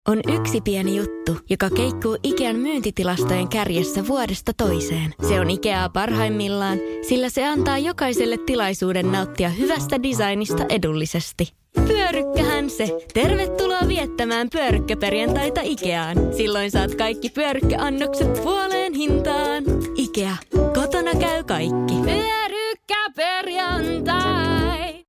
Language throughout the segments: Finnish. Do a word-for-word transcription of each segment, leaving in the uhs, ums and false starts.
On yksi pieni juttu, joka keikkuu Ikean myyntitilastojen kärjessä vuodesta toiseen. Se on Ikeaa parhaimmillaan, sillä se antaa jokaiselle tilaisuuden nauttia hyvästä designista edullisesti. Pyörykkähän se! Tervetuloa viettämään pyörykkäperjantaita Ikeaan. Silloin saat kaikki pyörykkäannokset puoleen hintaan. Ikea. Kotona käy kaikki. Pyörykkäperjantai!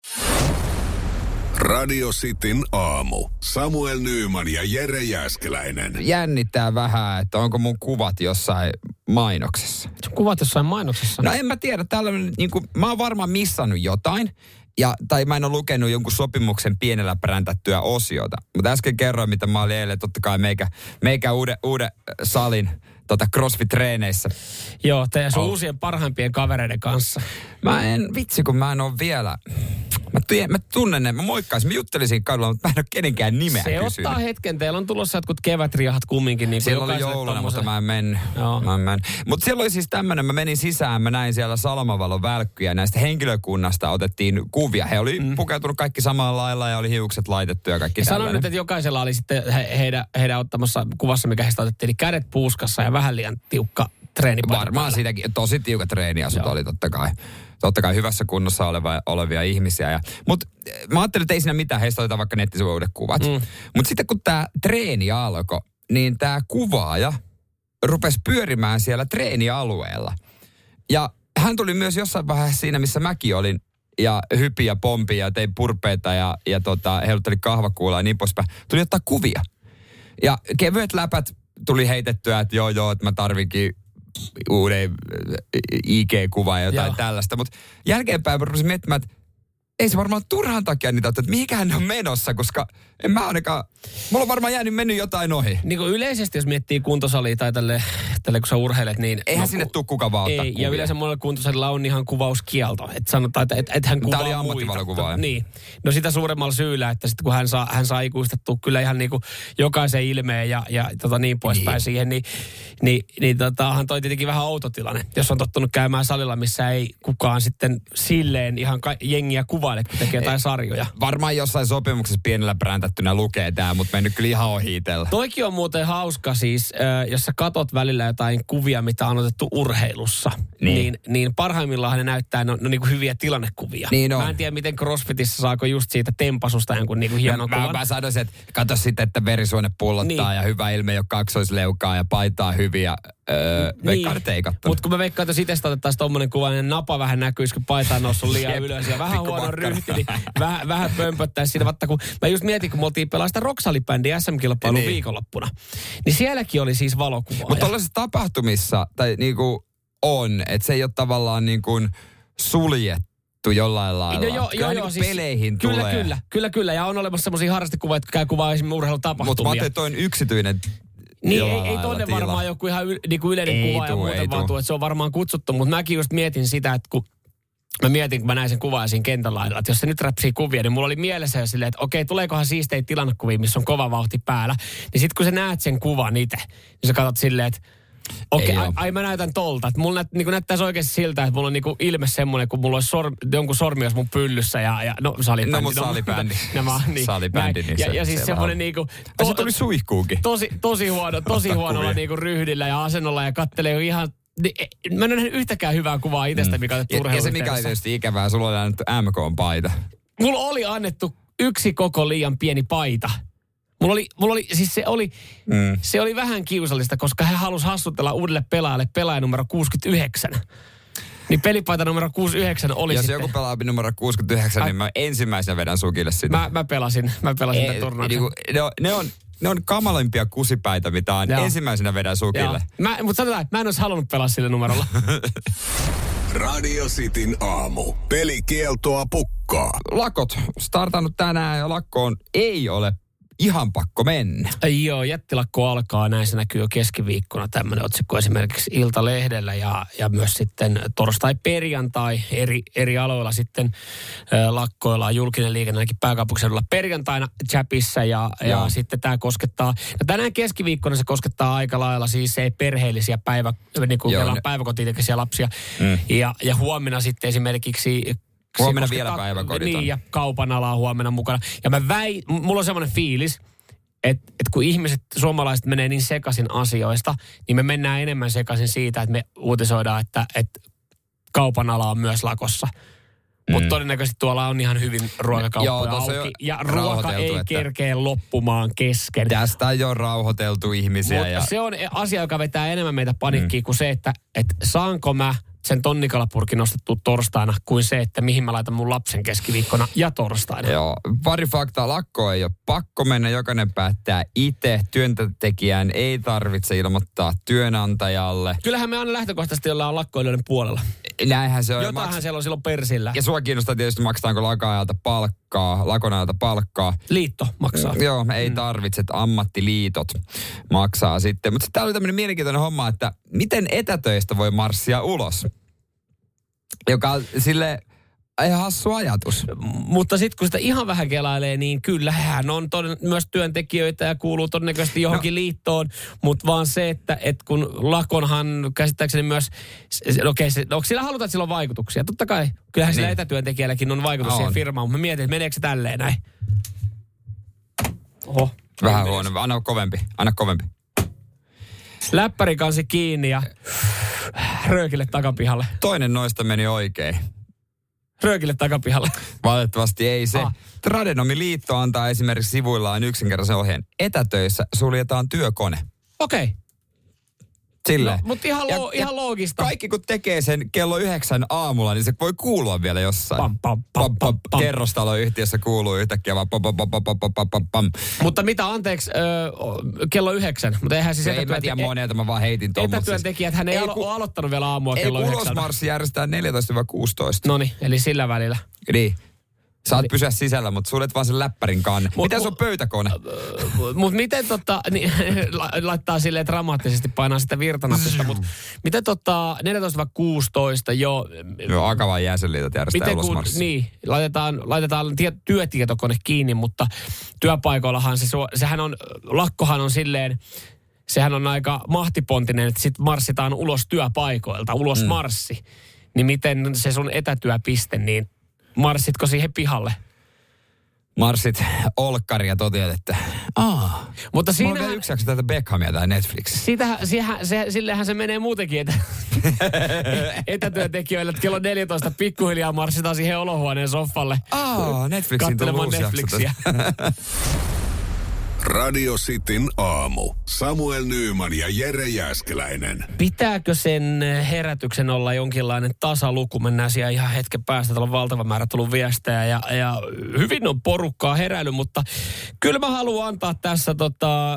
Radio Cityn aamu. Samuel Nyyman ja Jere Jääskeläinen. Jännittää vähän, että onko mun kuvat jossain mainoksessa. Kuvat jossain mainoksessa? No en mä tiedä. Täällä niin kuin, mä oon varmaan missannut jotain. Ja, tai mä en ole lukenut jonkun sopimuksen pienellä präntättyä osiota. Mutta äsken kerroin, mitä mä olin eilen. Totta kai meikä, meikä uuden, uuden salin tota CrossFit-treeneissä. Joo, teidän sun oh. uusien parhaimpien kavereiden kanssa. Mä en, vitsi kun mä en ole vielä... Mä, tunnen, mä tunnen ne, mä moikkaisin, mä juttelisin kadulla, mutta mä en ole kenenkään nimeä Se kysynyt. ottaa hetken, teillä on tulossa jotkut kevätriahat kumminkin. Niin siellä oli jouluna, tommosen... mutta mä en mennyt. Mutta siellä oli siis tämmönen, mä menin sisään, mä näin siellä Salomavalon välkkyjä, näistä henkilökunnasta otettiin kuvia. He oli mm. pukeutunut kaikki samalla lailla ja oli hiukset laitettu ja kaikki tällainen. Sanon nyt, että jokaisella oli sitten he, heidän, heidän ottamassa kuvassa, mikä heistä otettiin, niin kädet puuskassa ja vähän liian tiukka treenipaita. Varmaan siitäkin, tosi tiukat treeniasut oli totta kai. Totta kai hyvässä kunnossa oleva, olevia ihmisiä. Mutta mä ajattelin, että ei siinä mitään, heistä otetaan vaikka nettisivuuden kuvat. Mm. Mutta sitten kun tämä treeni alkoi, niin tämä kuvaaja rupesi pyörimään siellä treenialueella. Ja hän tuli myös jossain vaiheessa siinä, missä mäkin olin, ja hypi ja pompi ja tein purpeita ja, ja tota, heilutteli kahvakuulaa ja niin poispäin. Tuli ottaa kuvia. Ja kevyet läpät tuli heitettyä, että joo joo, että mä tarvinkin uuden I G-kuva ja jotain Joo. tällaista. Mutta jälkeenpäin mä rupesin miettimään, että ei se varmaan turhan takia niitä ottaa, että mihinkähän ne on menossa, koska en mä ainakaan, mulla on varmaan jäänyt mennyt jotain ohi. Niin kuin yleisesti, jos miettii kuntosalia tai tälle, tälle kun sä urheilet, niin... Eihän no, sinne tule kuka vaan ottaa ei, kuvia. Ja yleensä monella kuntosalilla on ihan kuvauskielto. Että sanotaan, että et, et hän kuvaa Tämä oli ammattivalokuvaaja. Niin. No sitä suuremmalla syyllä, että sitten kun hän saa, hän saa ikuistettua kyllä ihan niin kuin jokaisen ilmeen ja, ja tota niin poispäin niin. siihen, niin, niin, niin tota, hän toi tietenkin vähän outo tilanne. Jos on tottunut käymään salilla, missä ei kukaan sitten silleen ihan ka- jengiä kuvaile, kun tekee jotain sarjoja. Varmaan jossain sopimuksessa pienellä präntättynä lukee tämä, mutta mennyt kyllä ihan ohi itsellä. Toikin on muuten hauska siis, äh, jos sä katot välillä jotain kuvia, mitä on otettu urheilussa, niin, niin, niin parhaimmillaan ne näyttää no, no niin kuin hyviä tilannekuvia. Niin on. Mä en tiedä, miten CrossFitissä saako just siitä tempasusta jonkun niin kuin hienon mä, kuvan. Mä sanoisin, että kato sitten, että verisuone pullottaa niin. ja hyvä ilme, jo kaksoisleukaa ja paitaa hyviä. Öö, veikkaan, että ei kattonut. Mutta kun mä veikkaan, että itse otettaisiin tommonen kuva, niin napa vähän näkyisi, kun paita on noussut liian ylös ja vähän huono ryhti, niin vähän, vähän pömpöttäisi siinä. Vatta, kun mä just mietin, kun me oltiin pelaa sitä Rocksalibändiä S M-kilpailun niin. viikonloppuna, niin sielläkin oli siis valokuvaa. Mutta tuollaisissa tapahtumissa, tai niinku on, että se ei ole tavallaan niin kuin suljettu jollain lailla. No joo, joo, joo, niin siis peleihin kyllä, tulee. Kyllä, kyllä, kyllä. Ja on olemassa semmoisia harrastekuvia, jotka käy kuvaa esimerkiksi urheilutapahtumia. Mutta mä ajattelin, toi on yksityinen. Niin, ei, ei tonne tila. Varmaan joku ihan y, niin kuin yleinen ei kuva tuu, ja muuten vaan tuu, että se on varmaan kutsuttu. Mutta mäkin just mietin sitä, että kun mä mietin, kun mä näin sen kuvaa siinä kentän laidalla, että jos se nyt räpsii kuvia, niin mulla oli mielessä jo silleen, että okei, tuleekohan siisteitä tilannekuvia, missä on kova vauhti päällä. Niin sit kun sä näet sen kuvan itse, niin sä katsot silleen, että okei, ai, ai mä näytän tolta. Että mulla näyt, niin näyttäisi oikeasti siltä, että mulla on niin kuin ilme semmoinen, kun mulla olisi sor, jonkun sormi olisi mun pyllyssä ja, ja no salibändi. No mun salibändi. No, niin, salibändi. Niin ja, se, ja siis se semmoinen niin kuin... To, se tuli suihkuukin. Tosi, tosi huono, tosi huonolla niin kuin ryhdillä ja asennolla ja kattelee ihan... Mä en ole nähnyt yhtäkään hyvää kuvaa itsestä, mikä on ja, ja se mikä oli tietysti ikävää, sulla oli annettu M K-paita. Mulla oli annettu yksi koko liian pieni paita. Mulla oli, mulla oli, siis se oli, mm. se oli vähän kiusallista, koska he halusi hassutella uudelle pelaajalle pelaaja numero kuusikymmentäyhdeksän. Niin pelipaita numero kuusikymmentäyhdeksän oli Jos sitten... joku pelaa numero kuusikymmentäyhdeksän, Ai... niin mä ensimmäisenä vedän sukille sitä. Mä, mä pelasin, mä pelasin tämän turnauksen. Niinku, ne, on, ne, on, ne on kamalimpia kusipäitä, mitä on Joo. ensimmäisenä vedän sukille. Mä, mutta sanotaan, että mä en olisi halunnut pelaa sillä numerolla. Radio Cityn aamu. Pelikieltoa pukkaa. Lakot startannut tänään ja lakkoon ei ole ihan pakko mennä. Joo, jättilakko alkaa. Näissä näkyy jo keskiviikkona tämmöinen otsikko esimerkiksi Iltalehdellä ja, ja myös sitten torstai-perjantai eri, eri aloilla sitten äh, lakkoillaan julkinen liikenne ainakin pääkaupunkiseudulla perjantaina Chapissa ja, ja sitten tämä koskettaa, no tänään keskiviikkona se koskettaa aika lailla siis perheellisiä päivä, niin kuin Joo, ne... päiväkotiin lapsia mm. ja, ja huomenna sitten esimerkiksi huomenna vielä päiväkodit Niin, ja kaupan ala on huomenna mukana. Ja mä väin, mulla on semmoinen fiilis, että et kun ihmiset, suomalaiset menee niin sekaisin asioista, niin me mennään enemmän sekaisin siitä, että me uutisoidaan, että, että kaupan ala on myös lakossa. Mm. Mutta todennäköisesti tuolla on ihan hyvin ruokakauppoja auki. Ja ruoka ei että... kerkeä loppumaan kesken. Tästä on jo rauhoiteltu ihmisiä. Mutta ja... se on asia, joka vetää enemmän meitä panikkiin mm. kuin se, että et saanko mä sen tonnikalapurkin nostettua torstaina kuin se, että mihin mä laitan mun lapsen keskiviikkona ja torstaina. Joo, pari faktaa. Lakko ei ole pakko mennä. Jokainen päättää itse. Työntekijän ei tarvitse ilmoittaa työnantajalle. Kyllähän me aina lähtökohtaisesti ollaan lakkoilijoiden puolella. Näinhän se on. Jotainhan maks... siellä on silloin persillä. Ja sua kiinnostaa tietysti, maksetaanko lakon-ajalta palkkaa. Lakon-ajalta palkkaa. Liitto maksaa. Joo, ei mm. tarvitse, että ammattiliitot maksaa sitten. Mutta täällä oli tämmöinen mielenkiintoinen homma, että miten etätöistä voi marssia ulos? Joka on sille ihan hassu ajatus. Mutta sitten kun sitä ihan vähän kelailee, niin kyllä hän on toden, myös työntekijöitä ja kuuluu todennäköisesti johonkin no. liittoon. Mutta vaan se, että et kun lakonhan käsittääkseni myös, okei, okay, onko sillä halutaan, että sillä on vaikutuksia? Totta kai, kyllähän niin. Sillä etätyöntekijälläkin on vaikutus on. siihen firmaan, mutta mä mietin, että meneekö se tälleen näin? Oho. Vähän huono, anna kovempi, anna kovempi. Läppäri kansi kiinni ja röökille takapihalle. Toinen noista meni oikein. Röökille takapihalle. Valitettavasti ei se. Ah. Tradenomiliitto antaa esimerkiksi sivuillaan yksinkertaisen ohjeen. Etätöissä suljetaan työkone. Okei. Okay. Silleen. No, mutta ihan, lo- ihan loogista. Kaikki kun tekee sen kello yhdeksän aamulla, niin se voi kuulua vielä jossain. Pam, pam, pam, pam, pam. Kerrostaloyhtiössä kuuluu yhtäkkiä vaan pam, pam, pam, pam, pam, pam, pam. Mutta mitä, anteeksi, äh, kello yhdeksän. Mutta eihän siis no ei mä tiedä monelta, mä vaan heitin tuon. Etätyöntekijät, hän ei, ei ku... ole aloittanut vielä aamua kello yhdeksän. Ei ulosmarssi järjestää neljätoista kuusitoista. Noniin, eli sillä välillä. Niin. Saat pysyä sisällä, mutta suljet vaan sen läppärin kanne. Mitä sun pöytäkone? Mutta miten tota, niin, laittaa silleen dramaattisesti, painaa sitä virtanappista, mutta miten tota neljätoista kuusitoista jo... Joo, Akavan jäsenliitot järjestää ulosmarssi. Niin, laitetaan, laitetaan tie, työtietokone kiinni, mutta työpaikoillahan se, sehän on, lakkohan on silleen, sehän on aika mahtipontinen, että sit marssitaan ulos työpaikoilta, ulos mm. marssi. Niin miten se sun etätyöpiste, niin marssitko siihen pihalle? Marssit olkkari ja toteat, että aah. Mutta siinä... Mä oon vielä yksi jakso tätä Beckhamia tai Netflixissä. Siitähän, siihen, se, sillehän se menee muutenkin etä... etätyöntekijöille, että kello neljätoista pikkuhiljaa marssitaan siihen olohuoneen soffalle. Aa, Netflixin tullut uusi Netflixiä. Radio Cityn aamu. Samuel Nyyman ja Jere Jääskeläinen. Pitääkö sen herätyksen olla jonkinlainen tasaluku? Mennään siellä ihan hetken päästä. Täällä on valtava määrä tullut viestejä ja, ja hyvin on porukkaa heräily, mutta kyllä mä haluan antaa tässä tota,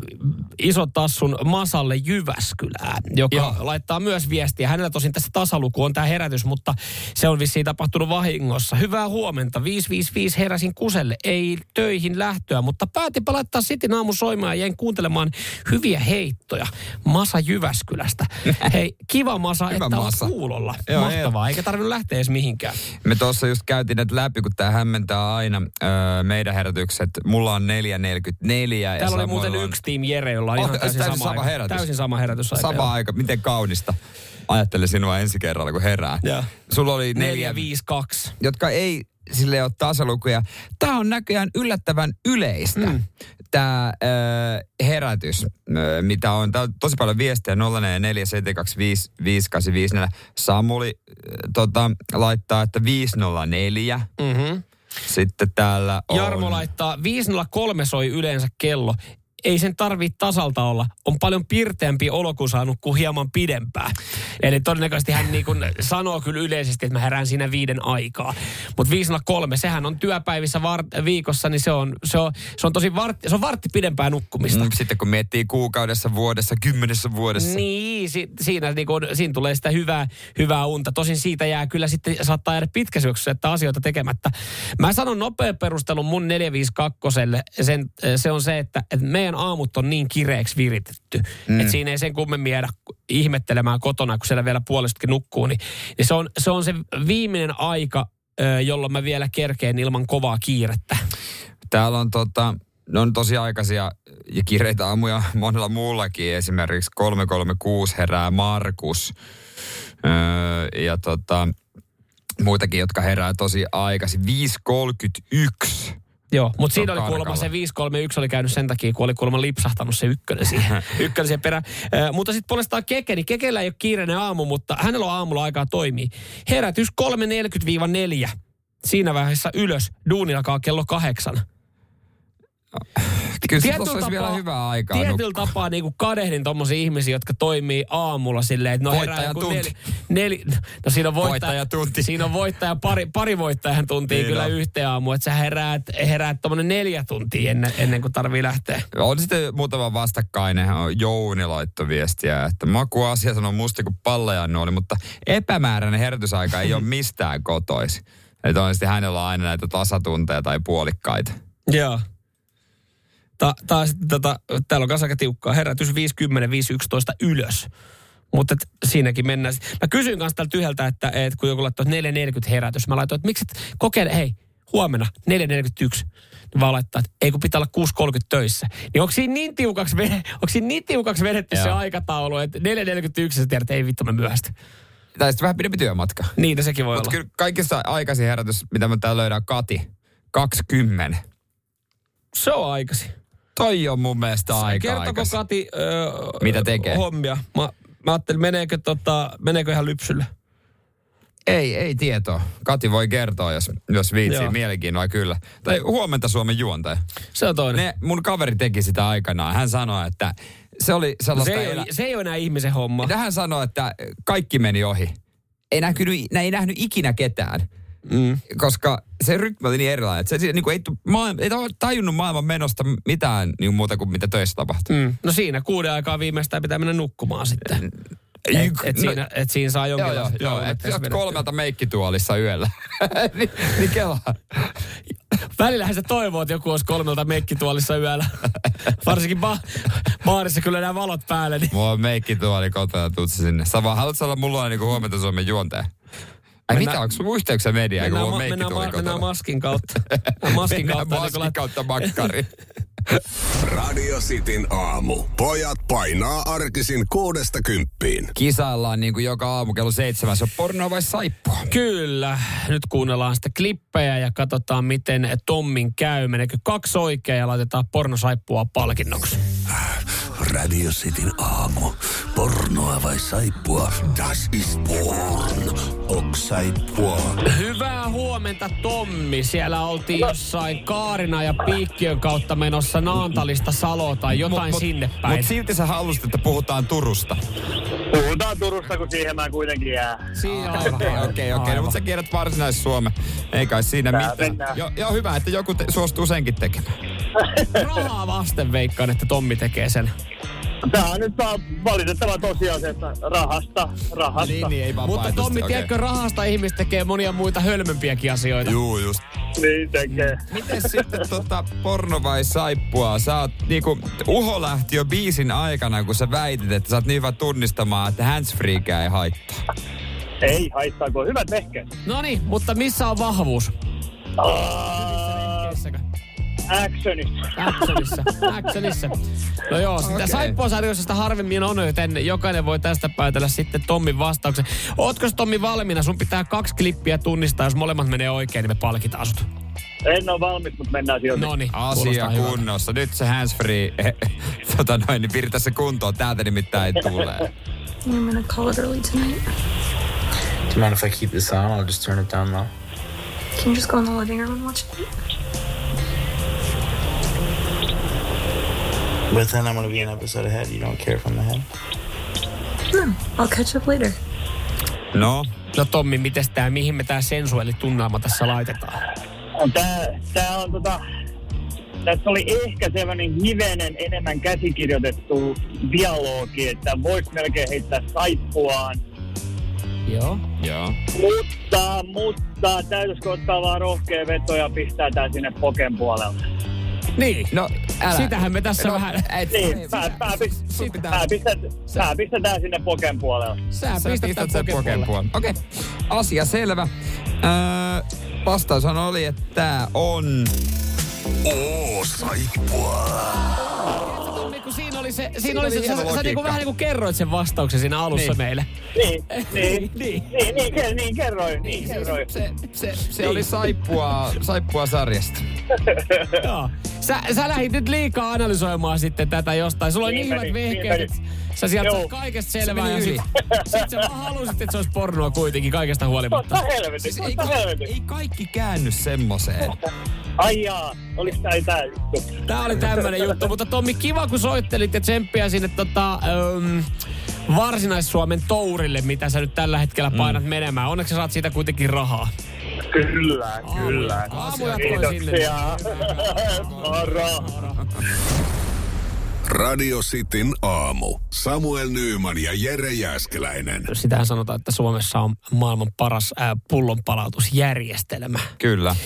ison tassun Masalle Jyväskylään, joka Joo. laittaa myös viestiä. Hänellä tosin tässä tasaluku on tämä herätys, mutta se on vissiin tapahtunut vahingossa. Hyvää huomenta. viisi viisi viisi heräsin kuselle. Ei töihin lähtöä, mutta päätinpä laittaa Cityn aamu soimaan ja jäin kuuntelemaan hyviä heittoja Masa Jyväskylästä. Hei, kiva Masa, Hyvä että Masa. olet kuulolla. Joo, mahtavaa, eikä tarvinnut lähteä edes mihinkään. Me tuossa just käytiin näitä läpi, kun tää hämmentää aina öö, meidän herätykset. Mulla on neljä neljäkymmentäneljä. Täällä oli muuten on... yksi Team Jere, jolla on oh, ihan täysin, täysin sama, sama herätys. Täysin sama herätys. Sama aika, miten kaunista. Ajattele sinua ensi kerralla, kun herää. Ja. Sulla oli neljä, neljä viisi kaksi. Jotka ei sille ole tasalukuja. Tämä on näköjään yllättävän yleistä, mm. tämä äh, herätys, äh, mitä on. Tää on tosi paljon viestejä, nolla neljä neljä seitsemän kaksi viisi viisi kahdeksan viisi neljä. Samuli äh, tota, laittaa, että viisi nolla neljä. Mm-hmm. Sitten täällä on... Jarmo laittaa, viisi nolla kolme soi yleensä kello. Ei sen tarvitse tasalta olla. On paljon pirteämpi olo saanut kuin hieman pidempää. Eli todennäköisesti hän niin kuin sanoo kyllä yleisesti, että mä herään siinä viiden aikaa. Mutta viisi nolla kolme, sehän on työpäivissä var- viikossa, niin se on, se on, se on tosi vartti, se on vartti pidempää nukkumista. Mm, sitten kun miettii kuukaudessa, vuodessa, kymmenessä vuodessa. Niin, si- siinä, niin kuin, siinä tulee sitä hyvää, hyvää unta. Tosin siitä jää kyllä sitten, saattaa jäädä pitkäsyöksessä, että asioita tekemättä. Mä sanon nopean perustelun mun neljä viisi kaksi, sen, se on se, että, että meidän aamut on niin kireeksi viritetty, mm. että siinä ei sen kummemmin jäädä ihmettelemään kotona, kun siellä vielä puolestakin nukkuu. Niin, niin se, on, se on se viimeinen aika, jolloin mä vielä kerkeen ilman kovaa kiirettä. Täällä on tota, ne on tosi aikaisia ja kireitä aamuja monella muullakin. Esimerkiksi kolme kolme kuusi herää Markus. Öö, ja tota, muitakin, jotka herää tosi aikaisin. viisi kolmekymmentäyksi Joo, mutta siinä oli kuulemma se viisi kolme yksi oli käynyt sen takia, kun oli kuulemma lipsahtanut se ykkönen siihen, ykkönen siihen perään. Äh, mutta sitten puolestaan Keke, niin Kekellä ei ole kiireinen aamu, mutta hänellä on aamulla aikaa toimii. Herätys kolme neljäkymmentä neljä. Siinä vaiheessa ylös. Duuni alkaa kello kahdeksan. Kyllä se tuossa olisi vielä hyvää aikaa. Tietyllä tapaa niin kuin kadehdin tommosia ihmisiä, jotka toimii aamulla silleen, että no herää joku neli, neli, no siinä on voittaja, tunti. Siinä on voittaja, pari, pari voittajan tuntia niin kyllä on. Yhteen aamuun, että sä heräät, heräät tommonen neljä tuntia ennen, ennen kuin tarvii lähteä. On sitten muutama vastakkainen, Jouni laittoi viestiä, että makuasia sanoo musta kuin pallejannu oli, mutta epämääräinen herätysaika ei ole mistään kotoisi. Eli todennäköisesti hänellä on aina näitä tasatunteja tai puolikkaita. Joo. Ta, taas, tota, täällä on kanssa aika tiukkaa. Herätys viisi kymmenen viisi yksitoista ylös. Mutta siinäkin mennään. Mä kysyin kanssa tältä yhdeltä, että, että kun joku laittoi neljä neljäkymmentä herätys. Mä laitoin, että miksi et kokeile, hei, huomenna neljä neljäkymmentäyksi. Niin vaan laittaa, että ei kun pitää olla kuusi kolmekymmentä töissä. Niin onko siinä niin tiukaksi, onko siinä niin tiukaksi vedetty se aikataulu, että neljä neljäkymmentäyksi sä tiedät, että ei vittu mä myöhästy. Tai sitten vähän pidempi työmatka. Niin, sekin voi Mut olla. Mutta kyllä kaikissa aikaisin herätys, mitä me täällä löydään, Kati, kaksikymmentä. Se on aikaisin. Toi on mun mielestä aika Kertoko aikaisin. Kati öö, mitä tekee? Hommia. Mä, mä ajattelin, meneekö, tota, meneekö ihan lypsylle? Ei, ei tietoa. Kati voi kertoa, jos, jos viitsii. Mielenkiinnolla kyllä. Tai huomenta Suomen juontaja. Se on toinen. Ne, mun kaveri teki sitä aikanaan. Hän sanoi, että se oli sellaista... No se, ei, elä... se ei ole enää ihmisen homma. Hän sanoi, että kaikki meni ohi. Ei näkynyt, ei nähnyt ikinä ketään. Mm. Koska se rytmi oli niin erilainen, että se niin kuin ei, maailma, ei tajunnut maailman menosta mitään niin muuta kuin mitä töissä tapahtui. Mm. No siinä kuuden aikaa viimeistään pitää mennä nukkumaan sitten. Et, et, no, siinä, et siinä saa jonkinlaista joo, joo, että jos kolmelta meikkituolissa yöllä, niin, niin kelaa. Välillähän se toivoo, että joku olisi kolmelta meikkituolissa yöllä. Varsinkin ba- baarissa kyllä nämä valot päälle. Niin. Mulla on meikkituoli kotona, tuut sinne. Sä vaan, haluatko olla mulla niin kuin huomenta Suomen juontaja? Ai mitä, onko sun yhteyksiä mediaan, kun mulla on meikkituoli kotona? Mennään maskin kautta. Maskin mennään kautta, maskin kautta makkari. Radio Cityn aamu. Pojat painaa arkisin kuudesta kymppiin. Kisaillaan niin kuin joka aamu kello seitsemän. Se on pornoa vai saippua? Kyllä. Nyt kuunnellaan sitä klippejä ja katsotaan, miten Tommin käy. Meneekö kaksi oikein ja laitetaan pornosaippua palkinnoksi. Radio Cityn aamu. Pornoa vai saippua? Das ist porn. Ok saippua. Hyvää huomenta, Tommi. Siellä oltiin jossain Kaarina ja Piikkiön kautta menossa Naantalista Saloa tai jotain mut, sinne päin. Mutta silti sä halusit, että puhutaan Turusta. Puhutaan Turusta, kun siihen mä kuitenkin jää. Siinä on. Okei, okei, okei. Mutta sä kierrät Varsinais-Suomen. Ei kai siinä Tää mitään. Joo, jo, hyvä, että joku te, suostuu senkin tekemään. Rahaa vasten veikkaan, että Tommi tekee sen. Tää on nyt vaan valitettava tosiasia, että rahasta, rahasta. Niin, niin, ei Mutta Tommi, okay. Tiedätkö, rahasta ihmiset tekee monia muita hölmömpiäkin asioita. Juu, just. Niin tekee. Miten sitten tota porno vai saippua? Sä oot niinku, Uho lähti jo biisin aikana, kun sä väitit, että sä oot niin hyvä tunnistamaan, että handsfreekää ei haittaa. Ei haittaa, kun on hyvät vehkeet. Noniin, mutta missä on vahvuus? Actionissa. Actionissa. Actionissa. No joo, sitä okay. Saippua-sarjoissa sitä harvemmin on, joten jokainen voi tästä päätellä sitten Tommin vastauksen. Ootko Tommi valmiina? Sun pitää kaksi klippiä tunnistaa. Jos molemmat menee oikein, niin me palkitaan sut. En ole valmis, mutta mennään silti. Noniin. Asia kunnossa. Nyt se handsfree, tota noin, niin piirtä se kuntoon. Täältä nimittäin tulee. I'm gonna call it early tonight. Do you mind if I keep this on? I'll just turn it down low. Can you just go in the living room and watch it? But then I'm gonna be an episode ahead. You don't care if I'm ahead? No, I'll catch up later. No? No Tommi, mites tää, mihin me tää sensuaalitunnelma tässä laitetaan? Tää, tää on tota... Tässä oli ehkä sellainen hivenen enemmän käsikirjoitettu dialogi, että voisi melkein heittää saippuaan. Joo. Joo. Mutta, mutta täytyisikö ottaa vaan rohkea veto ja pistää tää sinne poken puolelle. Niin. No, älä. Sitähän me tässä no, vähän... Et, niin, pää, pää, pist, pää, pistät, pää pistetään sinne poken puolelle. Sä, Sä pistät, pistät sen poken puolelle. Okei, okay. Asia selvä. Öö, vastaushan oli, että tää on... Oo, saippua. kun siinä oli se, siinä oli se, sä, sä niinku vähän niin kuin kerroit sen vastauksen siinä alussa niin. meille. Niin, niin, niin, niin, niin, niin, niin kerroin, niin kerroin. Se, se, se oli saippua, saippua sarjasta. Joo. Sä, sä lähdit nyt liikaa analysoimaan sitten tätä jostain. Sulla oli niin hyvät vehkeet, että sä sieltä saat kaikesta selvää. Ja sit, sit sä vaan halusit, että se olisi pornoa kuitenkin kaikesta huolimatta. Totta helvetin, Siis ei, totta helvetin. ei kaikki käänny semmoseen. Ai jaa, olis tää tää juttu? Tää oli tämmönen juttu, mutta Tommi, kiva kun soittelit ja tsemppiä sinne tota, ähm, Varsinais-Suomen tourille, mitä sä nyt tällä hetkellä painat mm. menemään. Onneksi sä saat siitä kuitenkin rahaa. Kyllä, kyllä. Aamuja toi sinne. Kiitoksia. Moro. Radio Cityn aamu. Samuel Nyyman ja Jere Jääskeläinen. Sitähän sanotaan, että Suomessa on maailman paras äh, pullonpalautusjärjestelmä. Kyllä.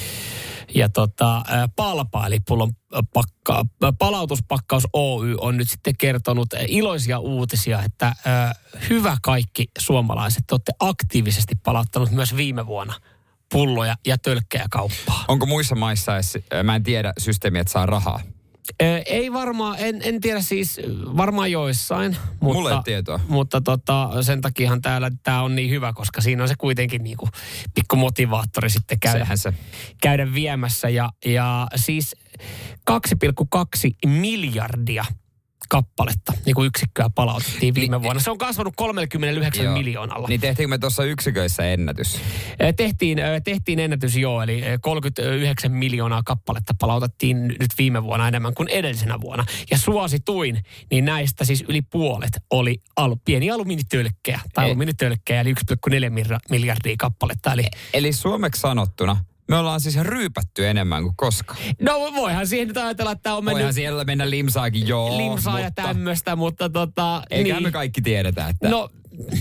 Ja tota, äh, Palpa, eli pullon pakka, äh, palautuspakkaus Oy on nyt sitten kertonut äh, iloisia uutisia, että äh, hyvä kaikki suomalaiset, te olette aktiivisesti palauttanut myös viime vuonna pulloja ja tölkkejä kauppaan. Onko muissa maissa edes, mä en tiedä, systeemiä, että saa rahaa? Ee, ei varmaan, en, en tiedä siis, varmaan joissain. Mutta, Mulla ei tietoa. Mutta tota, sen takiahan täällä tämä on niin hyvä, koska siinä on se kuitenkin niinku pikku motivaattori sitten käydä, se. käydä viemässä. Ja, ja siis kaksi pilkku kaksi miljardia kappaletta, niin kuin yksikköä palautettiin viime niin, vuonna. Se on kasvanut kolmekymmentäyhdeksän joo. miljoonalla. Niin tehtiinkö me tuossa yksiköissä ennätys? Tehtiin, tehtiin ennätys joo, eli kolmekymmentäyhdeksän miljoonaa kappaletta palautettiin nyt viime vuonna enemmän kuin edellisenä vuonna. Ja suosituin, niin näistä siis yli puolet oli al, pieni alumiinitölkkejä, tai e- alumiinitölkkejä, eli yksi pilkku neljä miljardia kappaletta. Eli, eli suomeksi sanottuna, me ollaan siis ryypätty enemmän kuin koskaan. No voihan siihen nyt ajatella, että on mennyt... Voihan siellä mennä limsaakin, joo. Limsaa mutta... ja tämmöistä, mutta tota... Eiköhän niin. me kaikki tiedetä, että... No,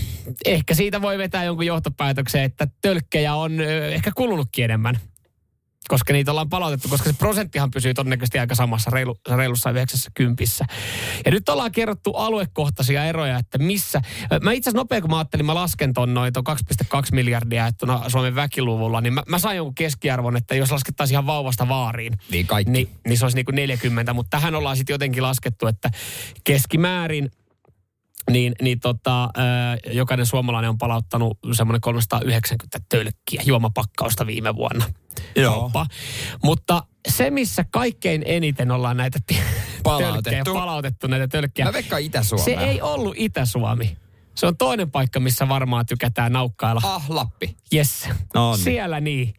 ehkä siitä voi vetää jonkun johtopäätöksen, että tölkkejä on ö, ehkä kulunutkin enemmän. Koska niitä ollaan palautettu, koska se prosenttihan pysyy todennäköisesti aika samassa reilu, reilussa yhdeksänkymmentä. Ja nyt ollaan kerrottu aluekohtaisia eroja, että missä. Mä itse asiassa nopea, kun mä ajattelin, mä lasken ton noin ton kaksi pilkku kaksi miljardia että Suomen väkiluvulla, niin mä, mä sain jonkun keskiarvon, että jos laskettaisiin ihan vauvasta vaariin, niin, kaikki. niin, niin se olisi niin kuin neljäkymmentä. Mutta tähän ollaan sitten jotenkin laskettu, että keskimäärin Niin, niin tota, ö, jokainen suomalainen on palauttanut semmoinen kolmesataayhdeksänkymmentä tölkkiä juomapakkausta viime vuonna. Joo. Mutta se, missä kaikkein eniten ollaan näitä t- tölkkejä palautettu näitä tölkkejä. Mä veikkaan Itä-Suomea. Se ei ollut Itä-Suomi. Se on toinen paikka, missä varmaan tykätään naukkailla. Ah, Lappi. Yes. No niin. Siellä niin.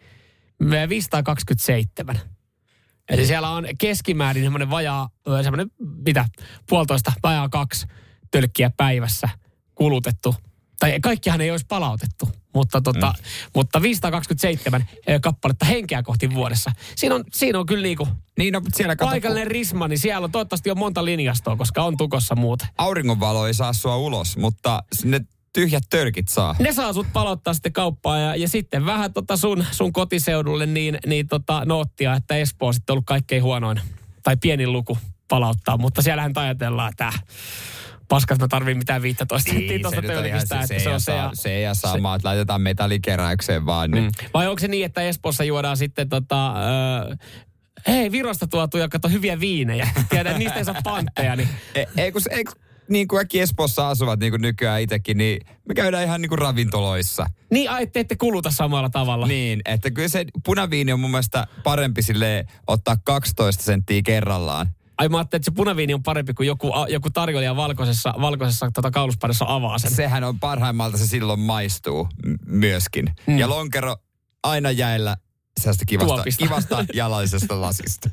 viisisataakaksikymmentäseitsemän. Eli siellä on keskimäärin semmoinen vajaa, semmoinen mitä, puolitoista, vajaa kaksi tölkkiä päivässä kulutettu. Tai kaikkihan ei olisi palautettu, mutta, tota, mm. mutta viisisataakaksikymmentäseitsemän kappaletta henkeä kohti vuodessa. Siinä on, siinä on kyllä niinku niin, no, siellä paikallinen kato, risma, niin siellä on toivottavasti on monta linjastoa, koska on tukossa muuta. Auringonvalo ei saa sua ulos, mutta ne tyhjät tölkit saa. Ne saa sut palauttaa sitten kauppaan ja, ja sitten vähän tota sun, sun kotiseudulle niin, niin tota noottia, että Espoo on sitten ollut kaikkein huonoin tai pienin luku palauttaa, mutta siellähän ajatellaan, että paskas mä tarviin mitään viisitoista senttiä tuosta tölkistä, että se on se. Ja, se ja sama, että laitetaan metallikeräykseen vaan. Niin. Mm. Vai onko se niin, että Espoossa juodaan sitten tota... Öö, hei, Virosta tuotuja, kato hyviä viinejä. Tiedän, niistä ei saa pantteja. Niin. Ei, ei kun, ei, niin kuin äkki Espoossa asuvat niin kuin nykyään itsekin, niin me käydään ihan niin kuin ravintoloissa. Niin, ai, te ette kuluta samalla tavalla. Niin, että kyllä se punaviini on mun mielestä parempi silleen ottaa kaksitoista senttiä kerrallaan. Ai mä ajattelin, että se punaviini on parempi kuin joku, joku tarjoilija valkoisessa, valkoisessa tota kauluspaidassa avaa sen. Sehän on parhaimmalta, se silloin maistuu m- myöskin. Mm. Ja lonkero aina jäillä sellaista kivasta, kivasta jalallisesta lasista.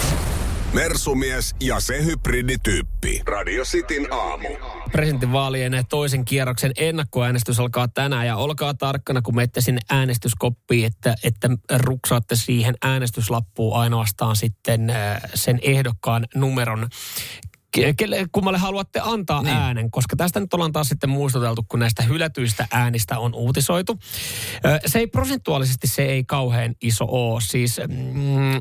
Mersumies ja se hybridityyppi. Radio Cityn aamu. Presidentinvaalien toisen kierroksen ennakkoäänestys alkaa tänään ja olkaa tarkkana, kun menette sinne äänestyskoppiin, että, että ruksaatte siihen äänestyslappuun ainoastaan sitten sen ehdokkaan numeron, kelle, kummalle haluatte antaa niin. äänen, koska tästä nyt ollaan taas sitten muistuteltu, kun näistä hylätyistä äänistä on uutisoitu. Se ei prosentuaalisesti, se ei kauhean iso ole, siis... Mm,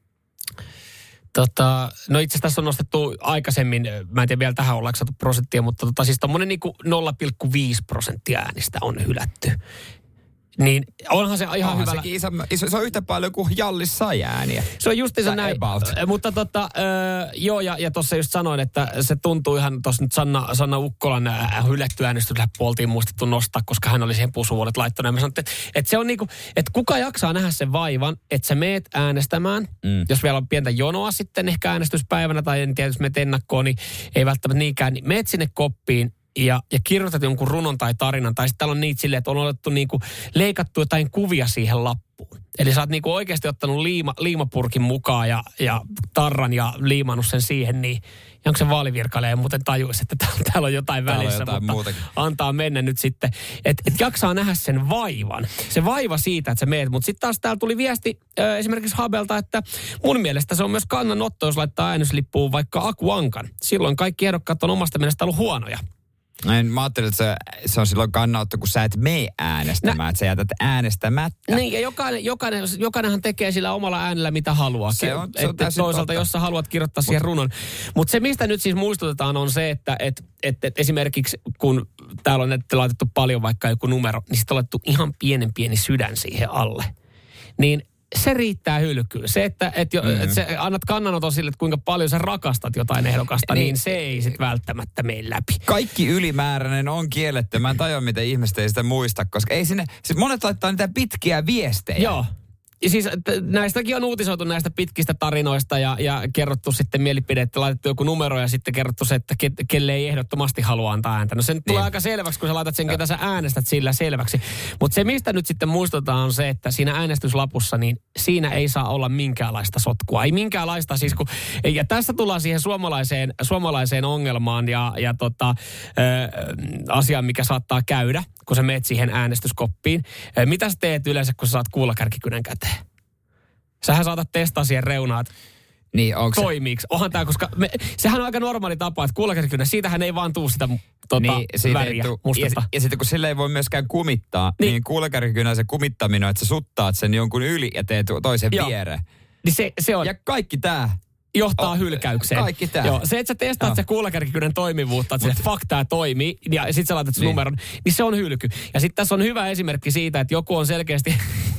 Tota, no itse asiassa tässä on nostettu aikaisemmin, mä en tiedä vielä tähän ollaanko saatu prosenttia, mutta tota, siis tommonen niinku nolla pilkku viisi prosenttia äänistä on hylätty. Niin onhan se ihan onhan hyvä. Se, iso, iso, se on yhtä paljon kuin Jallis sai ääniä. Se on justiinsa näin. About. Mutta tota, öö, joo, ja, ja tuossa just sanoin, että se tuntuu ihan tuossa nyt Sanna, Sanna Ukkolan äh, hylätty äänestysläppö oltiin muistettu nostaa, koska hän oli siihen pusuvuolet laittanut. Ja mä sanoin, että, että se on niinku, että kuka jaksaa nähdä sen vaivan, että sä meet äänestämään, mm. jos vielä on pientä jonoa sitten ehkä äänestyspäivänä, tai en tiedä, jos meet ennakkoon, niin ei välttämättä niinkään, niin meet sinne koppiin, Ja, ja kirjoitat jonkun runon tai tarinan, tai sitten täällä on niitä silleen, että on otettu niinku, leikattu jotain kuvia siihen lappuun. Eli sä oot niinku oikeasti ottanut liima, liimapurkin mukaan ja, ja tarran ja liimannut sen siihen, niin onko se vaalivirkailija muuten tajuisi, että täällä, täällä on jotain täällä välissä, jotain mutta muutakin. Antaa mennä nyt sitten. Että et jaksaa nähdä sen vaivan. Se vaiva siitä, että sä meet. Mutta sitten taas täällä tuli viesti äh, esimerkiksi Habelta, että mun mielestä se on myös kannanotto, jos laittaa ääneslippuun vaikka Aku Ankan. Silloin kaikki ehdokkaat on omasta mielestä ollut huonoja. En, mä ajattelin, että se, se on silloin kannattu, kun sä et mene äänestämään, no, että sä jätät äänestämättä. Niin, ja jokainen, jokainen, jokainenhan tekee sillä omalla äänellä mitä haluaa. Se on, se on että toisaalta, totta. Jos sä haluat kirjoittaa siihen runon. Mutta se, mistä nyt siis muistutetaan, on se, että et, et, et esimerkiksi kun täällä on laitettu paljon vaikka joku numero, niin sitten on laitettu ihan pienen pieni sydän siihen alle. Niin se riittää hylkyyn. Se, että et jo, mm-hmm. et sä annat kannanoton sille, että kuinka paljon sä rakastat jotain ehdokasta, niin, niin se ei sitten välttämättä mene läpi. Kaikki ylimääräinen on kielletty. Mä en tajua, miten ihmiset ei sitä muista, koska ei sinne, siis monet laittaa niitä pitkiä viestejä. Joo. Ja siis näistäkin on uutisoitu näistä pitkistä tarinoista ja, ja kerrottu sitten mielipide, että laitettu joku numero ja sitten kerrottu se, että ke, kelle ei ehdottomasti halua antaa ääntä. No se nyt tulee niin aika selväksi, kun sä laitat sen, ketä sä äänestät sillä selväksi. Mutta se, mistä nyt sitten muistutaan, on se, että siinä äänestyslapussa, niin siinä ei saa olla minkäänlaista sotkua. Ei minkäänlaista siis, kun, ja tässä tullaan siihen suomalaiseen, suomalaiseen ongelmaan ja, ja tota, ä, asiaan, mikä saattaa käydä, kun sä meet siihen äänestyskoppiin. Ä, mitä sä teet yleensä, kun sä saat kuulakärkikynän käteen? Sähän saatat testaa siihen reunaan, niin, toimiiko. Onhan tämä, koska me, sehän on aika normaali tapa, että kuulakärkikynä, siitähän ei vaan tuu sitä tota, niin, väriä mustasta. Ja, ja sitten kun sille ei voi myöskään kumittaa, niin, niin kuulakärkikynä se kumittaminen, että sä suttaat sen jonkun yli ja teet toisen viereen. Niin se, se on. Ja kaikki tää johtaa oh, hylkäykseen. Kaikki tää. Joo, se, että sä testaat no. se kuulakärkikynän toimivuutta, että Mut. se fuck tää toimii, ja sit sä laitat sen niin. numeron, niin se on hylky. Ja sitten tässä on hyvä esimerkki siitä, että joku on selkeästi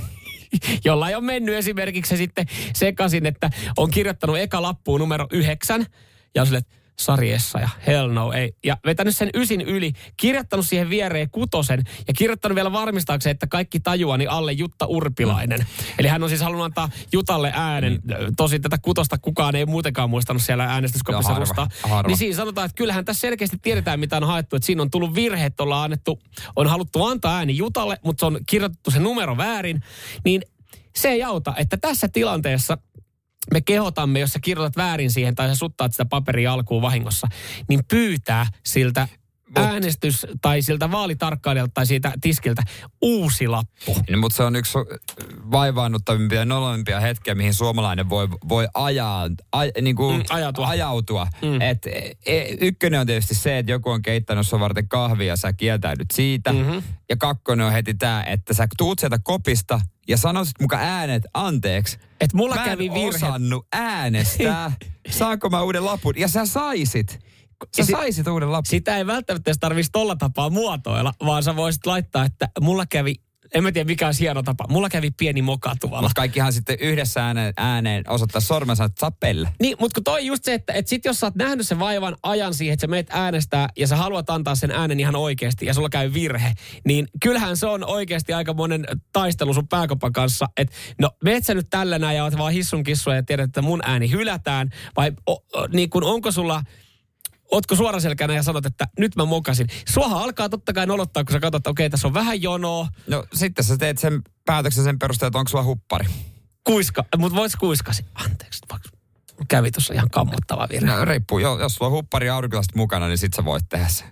jolla ei ole mennyt esimerkiksi se sitten sekaisin, että on kirjoittanut eka lappuun numero yhdeksän ja on silleen, että Sari Essayah, hell no, ei. Ja vetänyt sen ysin yli, kirjoittanut siihen viereen kutosen ja kirjoittanut vielä varmistaakseen, että kaikki tajuaa, niin alle Jutta Urpilainen. Mm. Eli hän on siis halunnut antaa Jutalle äänen. Mm. Tosin tätä kutosta kukaan ei muutenkaan muistanut siellä äänestyskopissa nostaa. Niin siinä sanotaan, että kyllähän tässä selkeästi tiedetään, mitä on haettu. Että siinä on tullut virhe, että ollaan annettu, on haluttu antaa ääni Jutalle, mutta se on kirjoitettu se numero väärin. Niin se ei auta, että tässä tilanteessa me kehotamme, jos sä kirjoitat väärin siihen tai sä suttaat sitä paperia alkuun vahingossa, niin pyytää siltä äänestys- tai siltä vaalitarkkailijalta tai siitä tiskiltä uusi lappu. No, mutta se on yksi vaivaannuttavimpia ja noloimpia hetkiä, mihin suomalainen voi, voi ajaa, aj, niin kuin mm, ajautua. ajautua. Mm. Et, e, ykkönen on tietysti se, että joku on keittänyt sun varten kahvia ja sä kieltäydyt siitä. Mm-hmm. Ja kakkonen on heti tämä, että sä tuut sieltä kopista ja sanoisit muka äänet anteeksi. Että mulla mä kävi virhe. Mä en osannut äänestää. Saanko mä uuden lapun? Ja sä saisit. Sä saisit uuden lapun. Sitä ei välttämättä tarvitsisi tolla tapaa muotoilla, vaan sä voisit laittaa, että mulla kävi, en mä tiedä mikä on hieno tapa, mulla kävi pieni moka tuolla. Mutta kaikkihan sitten yhdessä ääneen, ääneen osoittaa sormensa, että sapelle. Niin, mutta kun toi just se, että, että sit jos sä oot nähnyt sen vaivan ajan siihen, että sä meet äänestää ja sä haluat antaa sen äänen ihan oikeasti ja sulla käy virhe, niin kyllähän se on oikeasti aika monen taistelu sun pääkopan kanssa, että no meet sä nyt tällä näin ja oot vaan hissun kissua ja tiedät, että mun ääni hylätään vai o, o, niin kun onko sulla... Ootko suoraselkänä ja sanot, että nyt mä mokasin? Suohan alkaa totta kai nolottaa, kun sä katsot, että okei, tässä on vähän jonoa. No sitten sä teet sen päätöksen sen perusteella, että onko sulla huppari. Kuiska, mutta vois kuiskasi. Anteeksi, kävi tuossa ihan kammottava virhe. No riippuu, jos sulla on huppari ja aurinkolaiset mukana, niin sit sä voit tehdä se.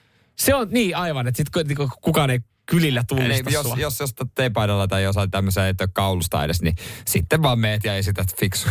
Se on niin aivan, että sit kukaan ei kylillä tunnista jos, sua. Jos jostain teepaidalla tai jossain tämmöisen ei ole kaulusta edes, niin sitten vaan meet ja esität fiksu.